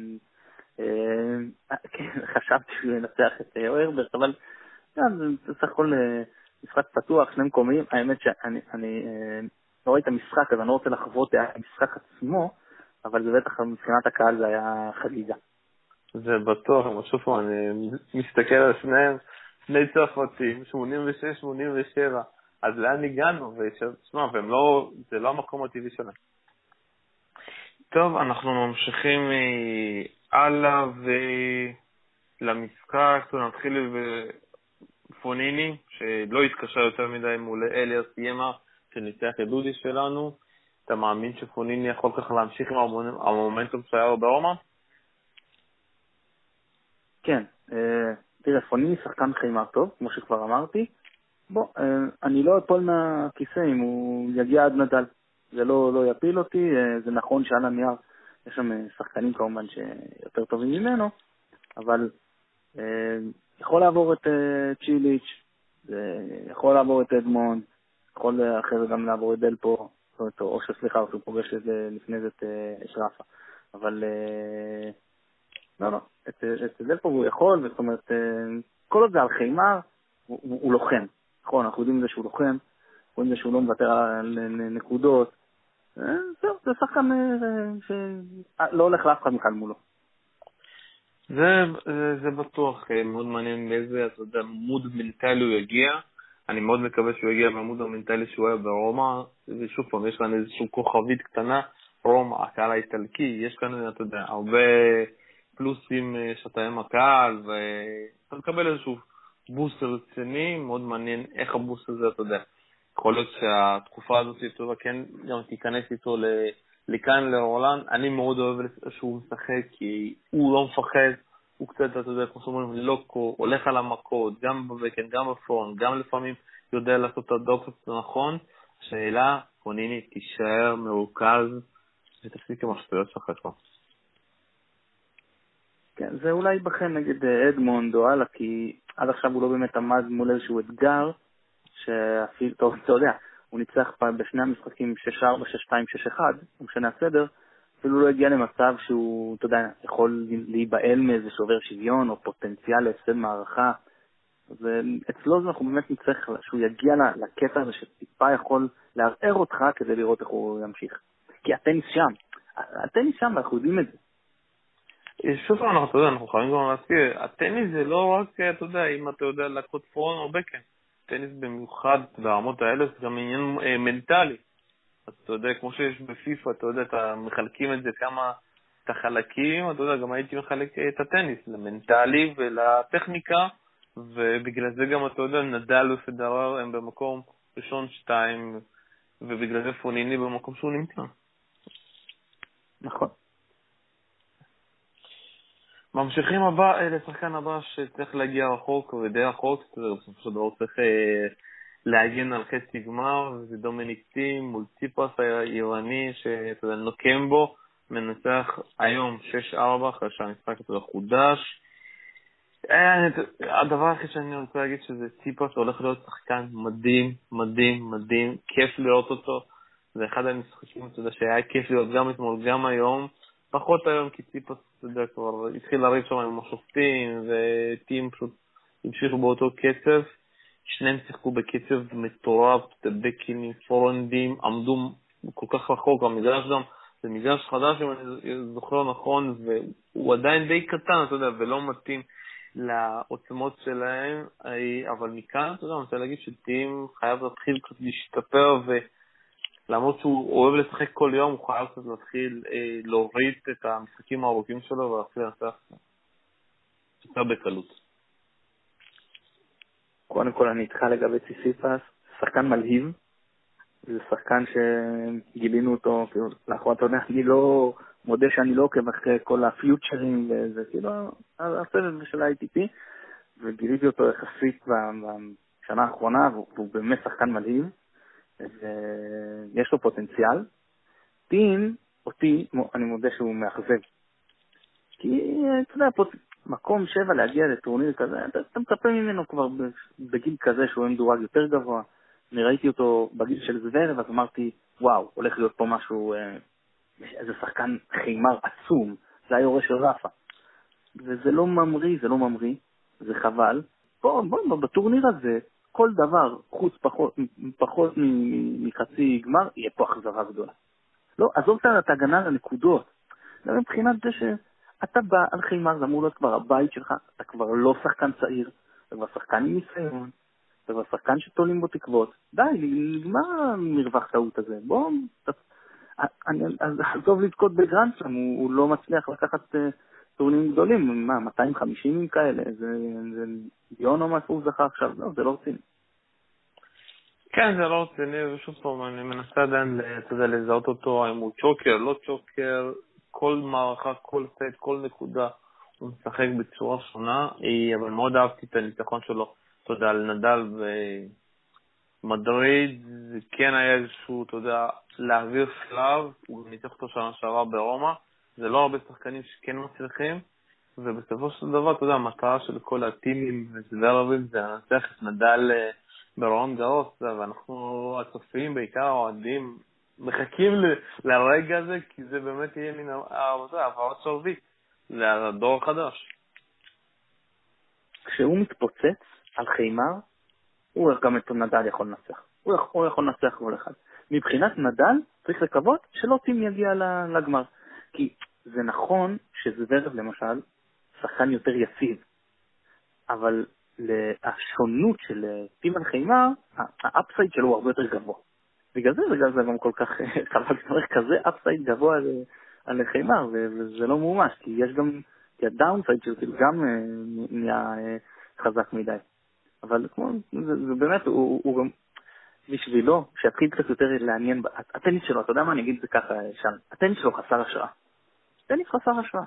Speaker 2: חשבתי שהוא ינצח את הרברט, אבל זה סך הכל משחק פתוח, שני מקומיים. האמת שאני אני, לא ראיתי את המשחק, אז אני לא רוצה לחוות את המשחק עצמו, אבל זה בטח מבחינת הקהל זה היה חגיגה. זה
Speaker 1: בטוח, אבל שוב פעם, אני מסתכל על שניהם, שני צרפתים, שמונים ושש שמונים ושבע, אז לאן הגענו? ושמע, והם לא, זה לא המקום הטבעי שלהם. טוב, אנחנו ממשיכים הלאה ולמשחק, נתחיל בפוניני, שלא התקשר יותר מדי מול אליאס ימה, שניצח את דודי שלנו. אתה מאמין שפוניני יכול כך להמשיך עם המומנטום שהיה ברומא?
Speaker 2: כן, תראה, פוניני שחקן חיימר טוב, כמו שכבר אמרתי. בוא, אני לא אפול מהכיסא אם הוא יגיע עד נדל. זה לא, לא יפיל אותי, זה נכון שעל הנייר יש שם שחקנים כמובן שיותר טובים ממנו, אבל אה, יכול לעבור את אה, צ'יליץ', יכול לעבור את אדמונד, יכול אחרי זה גם לעבור את דלפו, או, או שסליחה, הוא פוגש את זה לפני זה את אה, שרפה. אבל אה, לא, לא, את, את דלפו הוא יכול, זאת אומרת, אה, כל עוד זה על חיימר, הוא, הוא, הוא לוחם. נכון, אנחנו יודעים את זה שהוא לוחם, רואים את זה שהוא לא מוותר על נקודות, זהו, זה שחקן שלא הולך לאף אחד מכאן מולו.
Speaker 1: זה, זה, זה בטוח מאוד מעניין באיזה, אתה יודע, מוד מנטלי הוא יגיע. אני מאוד מקווה שהוא יגיע במוד המנטלי שהוא היה ברומא, ושוב פעם, יש כאן איזושהי כוכבית קטנה, רומא, הקהל האיטלקי, יש כאן, אתה יודע, הרבה פלוסים שאתה עם הקהל, ואתה מקבל איזשהו בוסט רציני, מאוד מעניין איך הבוסט הזה, אתה יודע. יכול להיות שהתקופה הזאת טובה, כן, גם תיכנס איתו לכאן, לאורלנד. אני מאוד אוהב שהוא משחק, כי הוא לא מפחד, הוא קצת, אתה יודע, כמו שאומרים, לוקו, הולך על המכות, גם בבקן, גם בפרונט, גם לפעמים יודע לעשות את הדוקס הנכון. השאלה, פוניני, תישאר מרוכז, ותפסיק עם השטויות שלך כבר.
Speaker 2: כן, זה אולי בכן נגד אדמונד או הלאה, כי עד עכשיו הוא לא באמת עמד מול איזשהו אתגר, שאפילו, טוב, אתה יודע, הוא ניצח בשני המשחקים שש ארבע, שש שתיים, שש אחת, הוא משנה הסדר, אפילו לא הגיע למצב שהוא, אתה יודע, יכול להיבעל מאיזה שובר שוויון או פוטנציאל להפסד מערכה. ואצלו זה אנחנו באמת נצטרך שהוא יגיע לקטע הזה שטיפה יכול לערער אותך כדי לראות איך הוא ימשיך. כי הטניס שם, הטניס שם, אנחנו יודעים את זה.
Speaker 1: שוב פעם, אנחנו, אתה יודע, אנחנו חייבים גם להזכיר, הטניס זה לא רק, אתה יודע, אם אתה יודע לקוד פרון או בקן. טניס במיוחד ברמות האלה זה גם עניין אה, מנטלי. אז אתה יודע, כמו שיש בפיפה, אתה יודע, אתה מחלקים את זה כמה את החלקים, אתה יודע, גם הייתי מחלק את הטניס למנטלי ולטכניקה, ובגלל זה גם, אתה יודע, נדל ופדרר הם במקום ראשון שתיים, ובגלל זה פוניני במקום שהוא נמצא.
Speaker 2: נכון.
Speaker 1: ממשיכים הבא, לשחקן הבא שצריך להגיע רחוק ודי רחוק, בסופו של דבר צריך להגן על חצי גמר, וזה דומיניק טים מול ציפרס האיראני שנוקם בו, מנצח היום שש ארבע אחרי שהמשחק הזה חודש. הדבר הכי שאני רוצה להגיד שזה ציפרס הולך להיות שחקן מדהים, מדהים, מדהים, כיף לראות אותו, זה אחד המשחקים שהיה כיף לראות גם אתמול, גם היום, פחות היום כי ציפרס כבר התחיל לריב שם עם השופטים, וטים פשוט המשיכו באותו קצב, שניהם שיחקו בקצב מטורף, בקינים, פורנדים, עמדו כל כך רחוק, המגרש גם, זה מגרש חדש אם אני זוכר נכון, והוא עדיין די קטן, אתה יודע, ולא מתאים לעוצמות שלהם, אבל מכאן, אתה יודע, אני רוצה להגיד שטים חייב להתחיל קצת להשתפר, ולמרות שהוא אוהב לשחק כל יום, הוא חייב קצת להתחיל אה, להוריד את המשחקים הארוכים שלו, ולהתחיל לנצח יותר בקלות.
Speaker 2: קודם כל אני איתך לגבי ציסיפס, שחקן מלהיב, זה שחקן שגילינו אותו, כאילו, לאחרונה אתה יודע, אני לא מודה שאני לא עוקב אחרי כל הפיוטשרים וזה, כאילו, הסבב של ה-איי טי פי, וגיליתי אותו יחסית בשנה האחרונה, והוא באמת שחקן מלהיב, ויש לו פוטנציאל. טים, אותי, אני מודה שהוא מאכזב. כי, אתה יודע, פה מקום שבע להגיע לטורניר כזה, אתה, אתה מצפה ממנו כבר בגיל כזה שהוא מדורג יותר גבוה. אני ראיתי אותו בגיל של זוורב, אז אמרתי, וואו, הולך להיות פה משהו, איזה שחקן חימר עצום, זה היה יורש של רפה. וזה לא ממריא, זה לא ממריא, זה חבל. בוא, בוא, בטורניר הזה, כל דבר, חוץ פחות, פחות מחצי גמר, יהיה פה אכזבה גדולה. לא, עזוב את ההגנה לנקודות. זה מבחינת זה שאתה בא על חימר, זה אמור להיות כבר הבית שלך, אתה כבר לא שחקן צעיר, אתה כבר שחקן עם ניסיון, אתה כבר שחקן שתולים בו תקוות. די, מה מרווח טעות הזה? בוא, אז עזוב לתקות בגרנדסלאם, הוא, הוא לא מצליח לקחת טורנירים גדולים, מה, מאתיים וחמישים כאלה, זה, זה יון או משהו זכה עכשיו, לא, זה לא רציני.
Speaker 1: כן, זה לא רציני, ושוב פעם, אני מנסה עדיין לזהות אותו, אם הוא צ'וקר, לא צ'וקר, כל מערכה, כל סט, כל נקודה, הוא משחק בצורה שונה, אבל מאוד אהבתי את הניצחון שלו, אתה יודע, על נדל ומדריד, זה כן היה איזשהו, אתה יודע, להעביר שלב, הוא ניצח אותו שנה שעברה ברומא, זה לא הרבה שחקנים שכן מצליחים, ובסופו של דבר, אתה יודע, המטרה של כל הטימים וזוורבים זה לנצח את נדל ברון גרוס, ואנחנו הצופים, בעיקר האוהדים, מחכים לרגע הזה, כי זה באמת יהיה מן העברת שרביט לדור החדש.
Speaker 2: כשהוא מתפוצץ על חימר, הוא גם את נדל יכול לנצח. הוא יכול, יכול לנצח כל אחד. מבחינת נדל, צריך לקוות שלא טים יגיע לגמר. כי זה נכון שזוורב למשל, שחקן יותר יציב. אבל השונות של טים על חימר, האפסייד שלו הוא הרבה יותר גבוה. בגלל זה, בגלל זה גם כל כך חבל שתמרך כזה אפסייד גבוה על, על חימר, וזה לא ממש, כי יש גם, כי הדאונסייד שלו גם נהיה חזק מדי. אבל כמו, זה, זה באמת, הוא, הוא גם, בשבילו, שיתחיל קצת יותר לעניין, הטניס שלו, אתה יודע מה, אני אגיד את זה ככה, שם, הטניס שלו חסר השראה. טניס חסר השראה.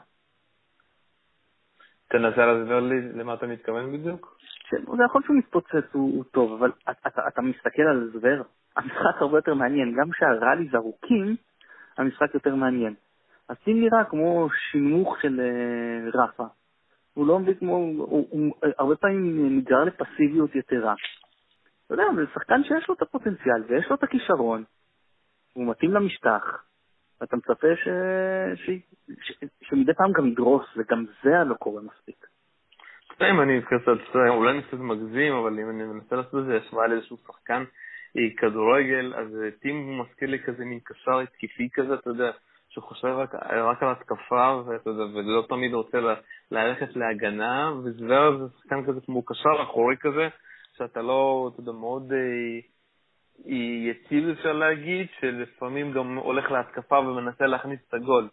Speaker 1: תנסה להסביר לי למה אתה מתכוון בדיוק?
Speaker 2: זה יכול שהוא מתפוצץ, הוא, הוא טוב, אבל אתה, אתה, אתה מסתכל על זוור, המשחק הרבה יותר מעניין, גם שהראלי זרוקים, המשחק יותר מעניין. אז טים נראה כמו שימוך של uh, רפה. הוא לא מבין כמו, הוא, הוא, הוא הרבה פעמים נגרר לפסיביות יתרה. אתה יודע, זה שחקן שיש לו את הפוטנציאל ויש לו את הכישרון, הוא מתאים למשטח, ואתה מצפה ש... ש... ש... שמדי פעם גם ידרוס, וגם זה לא קורה מספיק.
Speaker 1: אם אני קצת, אולי אני קצת מגזים, אבל אם אני מנסה לעשות את זה, השוואה לאיזשהו שחקן כדורגל, אז טים הוא מזכיר לי כזה מין קשר התקיפי כזה, אתה יודע, שחושב רק, רק על התקפה, ואתה יודע, ולא תמיד רוצה ללכת להגנה, וזוורב זה שחקן כזה כמו קשר אחורי כזה, שאתה לא, אתה יודע, מאוד יציב אפשר להגיד, שלפעמים גם הולך להתקפה ומנסה להכניס את הגול.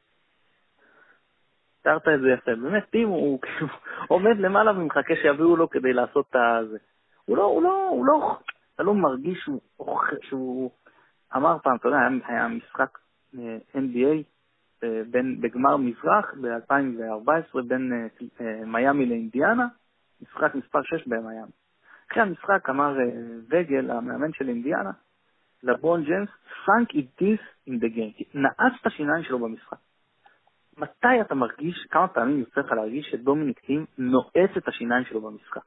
Speaker 2: תארת את זה יפה, באמת טים הוא עומד למעלה ומחכה שיביאו לו כדי לעשות את זה. הוא לא, הוא לא, הוא לא, אתה לא מרגיש שהוא, שהוא אמר פעם, אתה יודע, היה משחק אן בי איי בין, בגמר מזרח ב-אלפיים וארבע עשרה בין מיאמי לאינדיאנה, משחק מספר שש במיאמי. אחרי המשחק אמר וגל, המאמן של אינדיאנה, לברון ג'יימס, sunk it this in the game, נעץ את השיניים שלו במשחק. מתי אתה מרגיש, כמה פעמים יוצא לך להרגיש שדומיניק טים נועץ את השיניים שלו במשחק?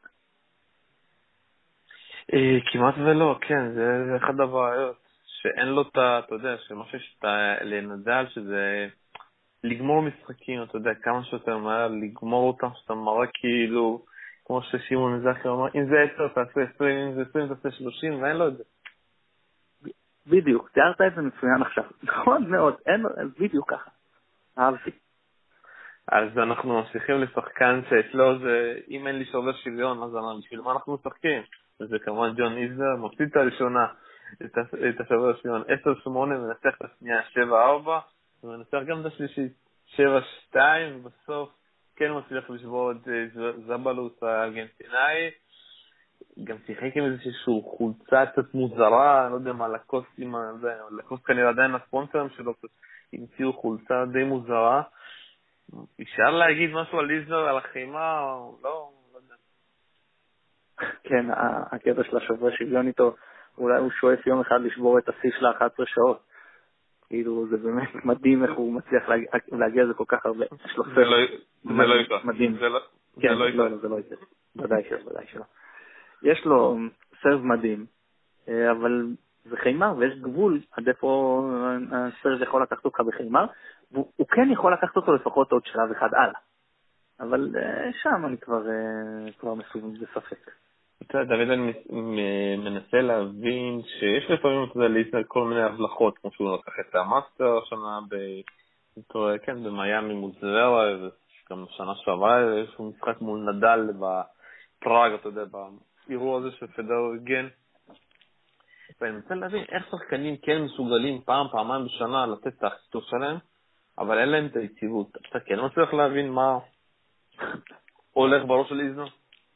Speaker 1: כמעט ולא, כן, זה אחד הבעיות, שאין לו את ה, אתה יודע, שמה שיש לנדל, שזה לגמור משחקים, אתה יודע, כמה שיותר מהר, לגמור אותם, שאתה מראה כאילו, כמו ששימון מזכי אומר, אם זה עשר, תעשה עשרים, אם זה עשרים, תעשה שלושים, ואין לו את זה.
Speaker 2: בדיוק, תיארת את זה מצוין עכשיו. נכון מאוד, אין לו, בדיוק ככה. אהבתי.
Speaker 1: אז אנחנו ממשיכים לשחקן שאצלו זה, אם אין לי שובר שוויון, אז אני בשביל מה אנחנו משחקים? וזה כמובן ג'ון איזנר, מפסיד את הראשונה, את השובר שוויון עשר שמונה, מנצח את השנייה שבע ארבע, ומנצח גם את השלישית שבע שתיים, ובסוף כן מצליח לשבור את זבלוס הארגנטינאי. גם שיחק עם איזושהי חולצה קצת מוזרה, לא יודע מה, לקוס עם הזה, לקוס כנראה עדיין הספונסרים שלו, המציאו חולצה די מוזרה. אפשר להגיד משהו על ליזנר, על החימה, או לא, לא יודע.
Speaker 3: כן, הקטע של השבוע שוויון איתו, אולי הוא שואף יום אחד לשבור את השיא של אחת עשרה שעות. כאילו, זה באמת מדהים איך הוא מצליח להגיע לזה כל כך הרבה.
Speaker 1: זה לא יקרה.
Speaker 3: מדהים.
Speaker 1: זה לא
Speaker 3: יקרה. לא, זה לא יקרה. ודאי שלא, ודאי שלא. יש לו סרב מדהים, אבל זה חיימר, ויש גבול עד איפה הסרב יכול לקחת אותך בחיימר, והוא כן יכול לקחת אותו לפחות עוד שלב אחד הלאה. אבל שם אני כבר, כבר מסוים בספק.
Speaker 1: אתה יודע, דוד, אני מנסה להבין שיש לפעמים את זה ליסנר כל מיני הבלחות, כמו שהוא לקח את המאסטר השנה ב... כן, במיימי מול זוורה, וגם שנה שעברה, יש לו משחק מול נדל בפראג, אתה יודע, באירוע הזה של פדרר גן. ואני מנסה להבין איך שחקנים כן מסוגלים פעם, פעמיים בשנה לתת את החיתוך שלהם, אבל אין להם את היציבות. אתה כן מצליח להבין מה הולך בראש של ליזנר?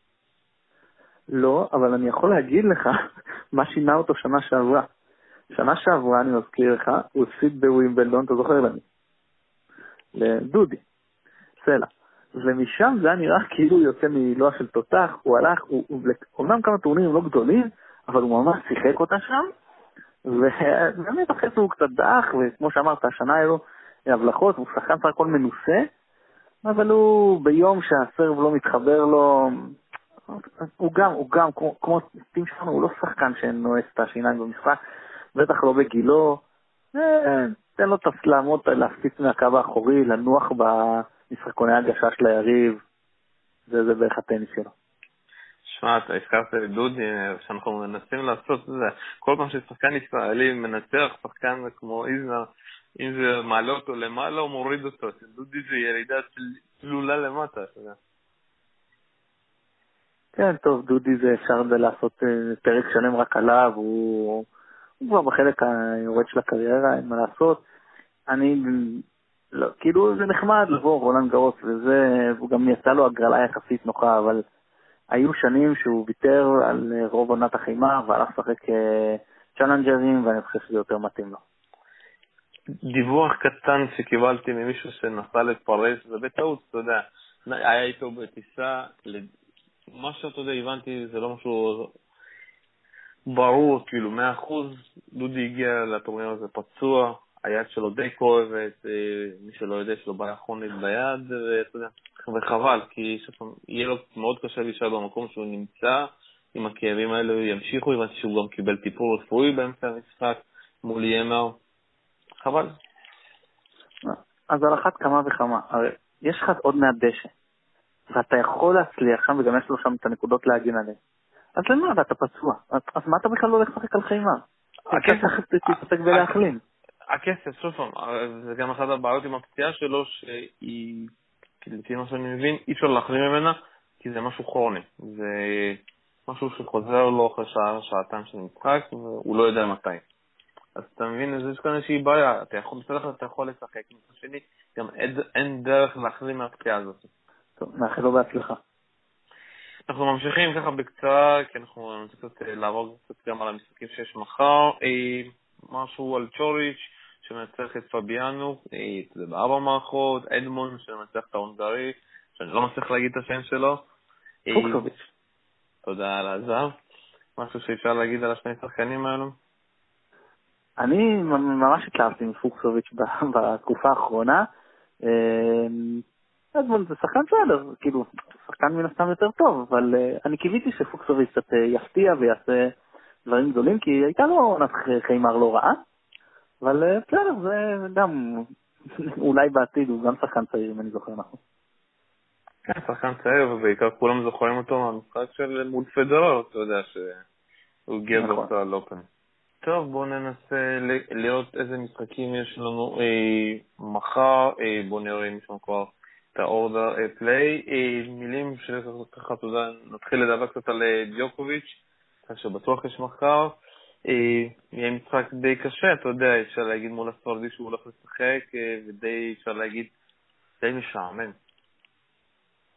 Speaker 3: לא, אבל אני יכול להגיד לך מה שינה אותו שנה שעברה. שנה שעברה, אני מזכיר לך, הוא הפסיד בווימבלדון, אתה זוכר למי? לדודי, סלע. ומשם זה היה נראה כאילו הוא יוצא מילואה של תותח, הוא הלך, הוא, הוא, אומנם כמה טורנירים לא גדולים, אבל הוא ממש שיחק אותה שם, ובאמת אחרי זה הוא קצת דח, וכמו שאמרת, השנה היה לו הבלחות, הוא שחקן סך הכל מנוסה, אבל הוא ביום שהסרב לא מתחבר לו, הוא גם, הוא גם, כמו, כמו טים שלנו, הוא לא שחקן שנועס את השיניים במשחק, בטח לא בגילו, תן לו לעמוד, להפציץ מהקו האחורי, לנוח במשחקוני הגשה של היריב, זה, זה בערך הטניס שלו.
Speaker 1: שמע, אתה הזכרת לדודי, שאנחנו מנסים לעשות את זה, כל פעם ששחקן ישראלי מנצח שחקן כמו איזנר, אם זה מעלה אותו למעלה או מוריד אותו, דודי זה ירידה צלולה למטה, אתה יודע.
Speaker 3: כן, טוב, דודי זה אפשר לעשות פרק שלם רק עליו, הוא, הוא כבר בחלק היורד של הקריירה, אין מה לעשות. אני, לא, כאילו זה נחמד לבוא רולנד גרוס, וזה, הוא גם יצא לו הגרלה יחסית נוחה, אבל היו שנים שהוא ויתר על רוב עונת החימה, והלך לשחק צ'אלנג'רים, ואני חושב שזה יותר מתאים לו.
Speaker 1: דיווח קטן שקיבלתי ממישהו שנסע לפרס, ובטעות, אתה יודע, היה איתו בטיסה, מה שאתה יודע, הבנתי, זה לא משהו ברור, כאילו, מאה אחוז, דודי הגיע לטורניר הזה פצוע, היד שלו די כואבת, מי שלא יודע שלו בעיה כרונית ביד, ואתה יודע, וחבל, כי יהיה לו מאוד קשה להישאר במקום שהוא נמצא, עם הכאבים האלה ימשיכו, הבנתי שהוא גם קיבל טיפול רפואי באמצע המשחק מול ימר, חבל.
Speaker 3: אז על אחת כמה וכמה, הרי יש לך עוד מעט דשא, ואתה יכול להצליח שם, וגם יש לו שם את הנקודות להגין עליהם. אז למה? ואתה פצוע. אז מה אתה בכלל לא הולך לשחק על חיימה? הכסף תתעסק בלהחלים.
Speaker 1: הכסף, שוב פעם, זה גם אחת הבעיות עם הפציעה שלו, שהיא, לפי מה שאני מבין, אי אפשר להחלים ממנה, כי זה משהו כרוני. זה משהו שחוזר לו אחרי שעה, שעתיים של משחק, והוא לא יודע מתי. אז אתה מבין, יש כאן איזושהי בעיה, אתה יכול, אתה יכול לשחק, מצד שני, גם אין דרך להחלים מהפציעה הזאת.
Speaker 3: טוב, מאחל לו בהצלחה.
Speaker 1: אנחנו ממשיכים ככה בקצרה, כי אנחנו נצטרך קצת לעבור קצת גם על המשחקים שיש מחר. משהו על צ'וריץ' שמנצח את פביאנו, זה בארבע מערכות, אדמון שמנצח את ההונגרי, שאני לא מצליח להגיד את השם שלו.
Speaker 3: פוקסוביץ'.
Speaker 1: תודה על הזהב. משהו שאפשר להגיד על השני שחקנים האלו?
Speaker 3: אני ממש התלהבתי מפוקסוביץ' בתקופה האחרונה. אדמון זה שחקן בסדר, כאילו, שחקן מן הסתם יותר טוב, אבל uh, אני קיוויתי שפוקסוביץ' קצת uh, יפתיע ויעשה דברים גדולים, כי הייתה לו עונת חיימר לא רעה, אבל uh, בסדר, זה גם, אולי בעתיד הוא גם שחקן צעיר, אם אני זוכר נכון.
Speaker 1: כן, שחקן צעיר, ובעיקר כולם זוכרים אותו מהמשחק של מול פדרר, אתה יודע שהוא הגיע באותה לופן. טוב, בואו ננסה לראות איזה משחקים יש לנו אה, מחר, אה, בואו נראה אם יש לנו כבר את האורדר פליי, מילים שככה תודה, נתחיל לדבר קצת על דיוקוביץ', שבטוח יש מחר, יהיה משחק די קשה, אתה יודע, אפשר להגיד מול הספרדי שהוא הולך לשחק, ודי אפשר להגיד, די משעמם.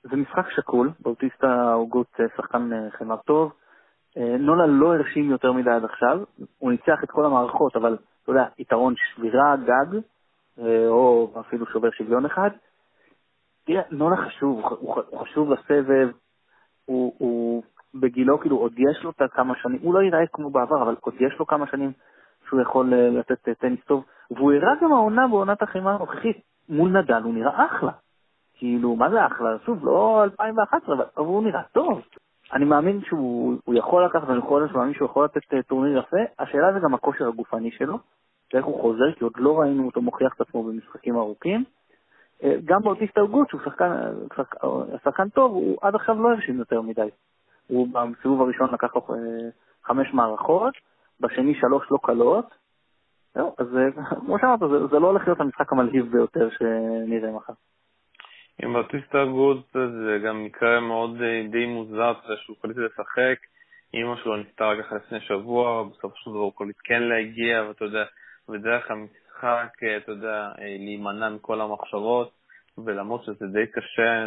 Speaker 3: זה משחק שקול, באוטיסטה הוגות שחקן חמר טוב, נולה לא הרשים יותר מדי עד עכשיו, הוא ניצח את כל המערכות, אבל אתה יודע, יתרון שבירה, גג, או אפילו שובר שוויון אחד. תראה, נולה חשוב, הוא חשוב לסבב, הוא, הוא בגילו, כאילו עוד יש לו כמה שנים, הוא לא ייראה כמו בעבר, אבל עוד יש לו כמה שנים שהוא יכול לתת טניס טוב, והוא הראה גם העונה בעונת החימה הנוכחית, מול נדל הוא נראה אחלה. כאילו, מה זה אחלה? שוב, לא אלפיים ואחת עשרה, אבל הוא נראה טוב. אני מאמין שהוא יכול לקחת, ואני יכול מאמין שהוא יכול לתת טורניר יפה. השאלה זה גם הכושר הגופני שלו, איך הוא חוזר, כי עוד לא ראינו אותו מוכיח את עצמו במשחקים ארוכים. גם באוטיסטה הוגות, שהוא שחקן, שחקן טוב, הוא עד עכשיו לא הרשים יותר מדי. הוא בסיבוב הראשון לקח לו חמש מערכות, בשני שלוש לא קלות. זהו, אז כמו שאמרת, זה, זה לא הולך להיות המשחק המלהיב ביותר שנראה מחר.
Speaker 1: עם באוטיסטה הוגות זה גם מקרה מאוד די מוזר, שהוא חליט לשחק, אמא שלו נפטר ככה לפני שבוע, בסוף של דבר הוא קוליט כן להגיע, ואתה יודע, בדרך המשחק, אתה יודע, להימנע מכל המחשבות, ולמרות שזה די קשה,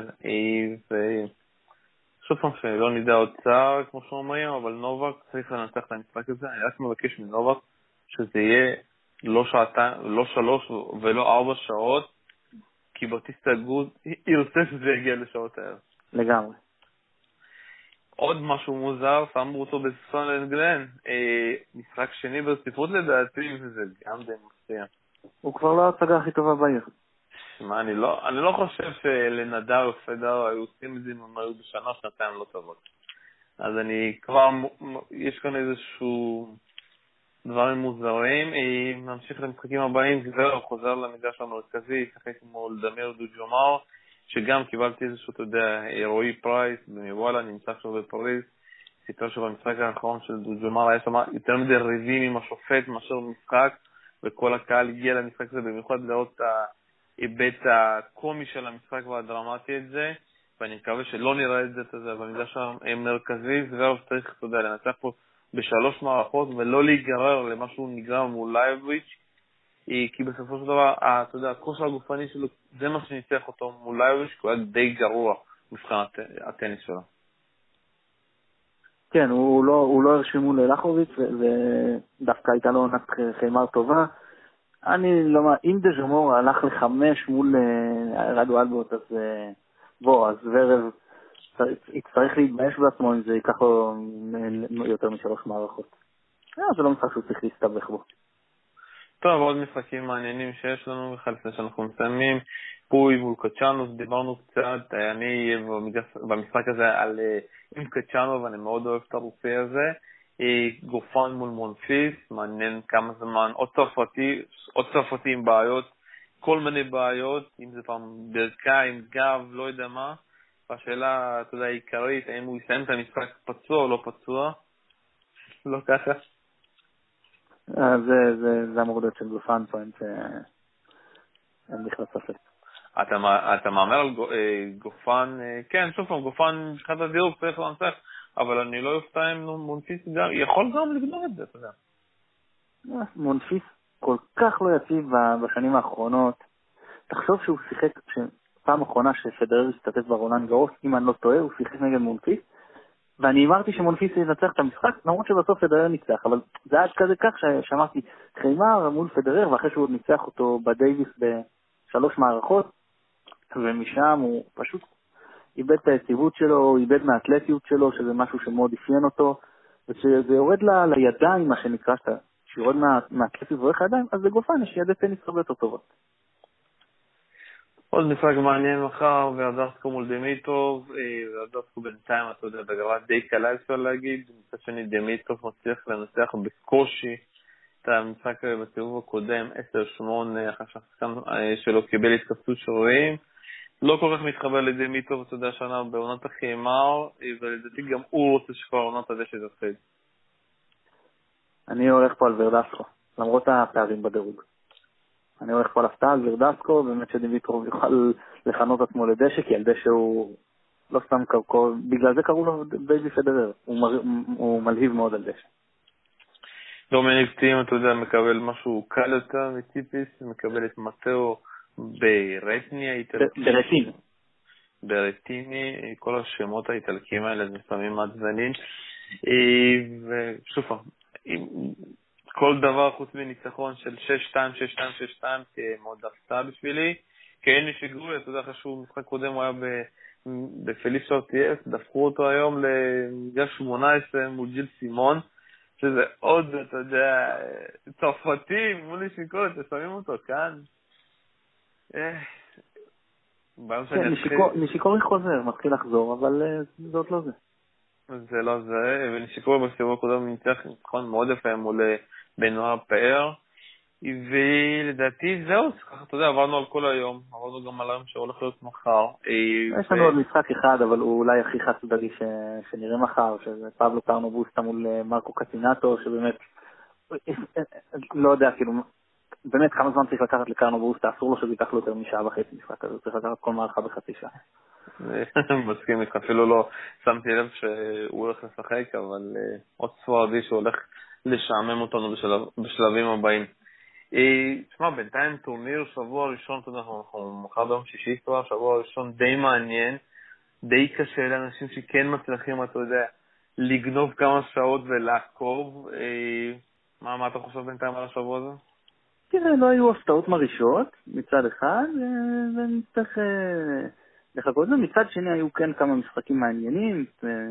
Speaker 1: ושוב פעם שלא נדע עוד צער, כמו שאומרים, אבל נובק צריך לנצח את המשחק הזה. אני רק מבקש מנובק שזה יהיה לא שעתיים, לא שלוש ולא ארבע שעות, כי באוטיסטה הוגות ירצה שזה יגיע לשעות הערב.
Speaker 3: לגמרי.
Speaker 1: עוד משהו מוזר, שמו אותו בסון גלן, אה, משחק שני ברציפות לדעתי, וזה גם די מפתיע.
Speaker 3: הוא כבר לא ההצגה הכי טובה בעיר.
Speaker 1: מה, אני לא, אני לא חושב שלנדל או פדרר היו עושים את זה אם הם היו בשנה, שנתיים לא טובות. אז אני כבר, יש כאן איזשהו דברים מוזרים. נמשיך למשחקים הבאים, זהו, חוזר למגרש המרכזי, ישחק כמו לדמיר דוג'ומר, שגם קיבלתי איזשהו, אתה יודע, רועי פרייס, במיוואלה, נמצא עכשיו בפריז, סיפר שבמשחק האחרון של דוג'ומר היה שם יותר מדי ריבים עם השופט מאשר משחק, וכל הקהל הגיע למשחק הזה, במיוחד לראות את ההיבט הקומי של המשחק והדרמטי את זה, ואני מקווה שלא נראה את זה, אתה יודע, במגרש המרכזי, זהו, צריך, אתה יודע, לנצח פה בשלוש מערכות, ולא להיגרר למשהו נגרר מול לייבוביץ', כי בסופו של דבר, אתה יודע, הכושר הגופני שלו, זה מה שניצח אותו מול לייבוביץ', כי הוא היה די גרוע מבחינת הטניס שלו.
Speaker 3: כן, הוא לא, הוא לא הרשים מול לחוביץ', ודווקא הייתה לו עונת חימר טובה. אני לא מה, אם דז'ומור הלך לחמש מול רדו אלבוט, אז בוא, אז ורב יצטרך להתבייש בעצמו אם זה ייקח לו יותר משלוש מערכות. זה לא משחק שהוא צריך להסתבך בו.
Speaker 1: טוב, עוד משחקים מעניינים שיש לנו, בכלל לפני שאנחנו מסיימים, פוי מול קצ'אנוב, דיברנו קצת, אני במשחק הזה על עם קצ'אנוב, אני מאוד אוהב את הרופא הזה, גופן מול מונפיס, מעניין כמה זמן, עוד צרפתי, עוד צרפתי עם בעיות, כל מיני בעיות, אם זה פעם ברכיים, גב, לא יודע מה, והשאלה, אתה יודע, העיקרית, האם הוא יסיים את המשחק פצוע או לא פצוע, לא ככה.
Speaker 3: זה, זה, זה אמור להיות של גופן פה, אין בכלל ספק.
Speaker 1: אתה מאמר על גופן, כן, שוב פעם, גופן מבחינת הדירוג צריך לנצח, אבל אני לא יופתע אם מונפיס יכול גם לגדור את זה, אתה יודע.
Speaker 3: מונפיס כל כך לא יציב בשנים האחרונות. תחשוב שהוא שיחק, פעם אחרונה שפדרר השתתף ברולנד גארוס, אם אני לא טועה, הוא שיחק נגד מונפיס, ואני אמרתי שמונפיס ינצח את המשחק, למרות שבסוף פדרר ניצח, אבל זה היה כזה כך שאמרתי, חיימר מול פדרר, ואחרי שהוא ניצח אותו בדייביס בשלוש מערכות, ומשם הוא פשוט איבד את היציבות שלו, הוא איבד מהאתלטיות שלו, שזה משהו שמאוד אפיין אותו, וכשזה יורד ל, לידיים, מה שנקרא, שיורד מה, מהאתלטיות והולך לידיים, אז בגופן יש ידי טניס הרבה יותר טובות.
Speaker 1: עוד משחק מעניין מחר, והדרסקו מול דמיטרוב, והדרסקו בינתיים, אתה יודע, בגרלה די קלה אפשר להגיד, מצד שני דמיטרוב מצליח לנצח בקושי את המשחק בסיבוב הקודם, עשר שמונה, אחרי שהשחקן שלו קיבל התכווצות שרואים, לא כל כך מתחבר לדמיטרוב, אתה יודע, שנה בעונת החימר, ולדעתי גם הוא רוצה שכבר עונת הזה שתתחיל.
Speaker 3: אני הולך פה על ורדסקו, למרות הפערים בדירוג. אני הולך פה על הפתעה על ורדסקו, באמת שדמיטרוב יוכל לכנות עצמו לדשא, כי על דשא הוא לא סתם קרקור, בגלל זה קראו לו בייבי פדרר, הוא, מר... הוא מלהיב מאוד על דשא.
Speaker 1: דומיניק טים, אתה יודע, מקבל משהו קל יותר מטיפיס, מקבל את מטאו ברטני,
Speaker 3: ברטין.
Speaker 1: ברטיני, כל השמות האיטלקיים האלה זה לפעמים מעצבנים. ושוב פעם, כל דבר חוץ מניצחון של שש שתיים, שש שתיים, שש שתיים, מאוד הפתעה בשבילי. כן, נשיגרו, אתה יודע, חשוב, משחק קודם הוא היה בפליפ שורטייף, דפקו אותו היום לגב שמונה עשרה מול ג'יל סימון, שזה עוד, אתה יודע, צרפתי מול נשיקות, ששמים אותו כאן.
Speaker 3: נשיקורי חוזר, מתחיל לחזור, אבל זאת לא זה.
Speaker 1: זה לא זה, ונשיקורי בסיבוב הקודם ניצח ניצחון מאוד יפה מול בנוער פאר, ולדעתי זהו, ככה אתה יודע, עברנו על כל היום, עברנו גם על היום שהולך להיות מחר.
Speaker 3: יש לנו עוד משחק אחד, אבל הוא אולי הכי חד צדדי שנראה מחר, שזה פבלו קרנו בוסטה מול מרקו קטינטו, שבאמת, לא יודע, כאילו, באמת כמה זמן צריך לקחת לקרנו בוסטה, אסור לו שזה ייקח לו יותר משעה וחצי משחק, אז צריך לקחת כל מערכה בחצי שעה.
Speaker 1: מסכים איתך, אפילו לא שמתי לב שהוא הולך לשחק, אבל עוד ספרדי שהולך לשעמם אותנו בשלבים הבאים. תשמע, בינתיים טורניר שבוע ראשון, אתה יודע, אנחנו מחר ביום שישי כבר, שבוע ראשון די מעניין, די קשה לאנשים שכן מצליחים, אתה יודע, לגנוב כמה שעות ולעקוב. מה, מה אתה חושב בינתיים על השבוע הזה?
Speaker 3: תראה, לא היו הפתעות מרישות מצד אחד, ונצטרך לחכות לו. מצד שני היו כן כמה משחקים מעניינים,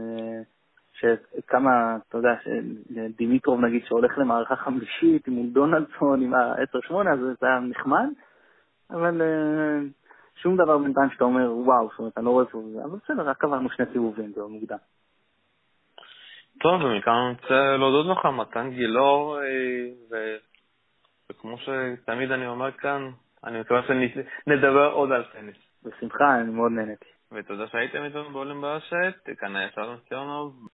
Speaker 3: שכמה, אתה יודע, דימיטרוב נגיד שהולך למערכה חמישית עם דונלדסון עם ה-עשר שמונה, אז זה היה נחמד, אבל שום דבר בינתיים שאתה אומר, וואו, זאת אומרת, אני לא רואה פה, אבל בסדר, רק עברנו שני סיבובים, זה מוקדם.
Speaker 1: טוב, ומכאן אני רוצה להודות לך, מתן גילאור, וכמו שתמיד אני אומר כאן, אני מקווה שנדבר עוד על טניס.
Speaker 3: בשמחה, אני מאוד נהניתי.
Speaker 1: ותודה שהייתם איתנו בעולם ברשת, כאן היה שלום ציונוב.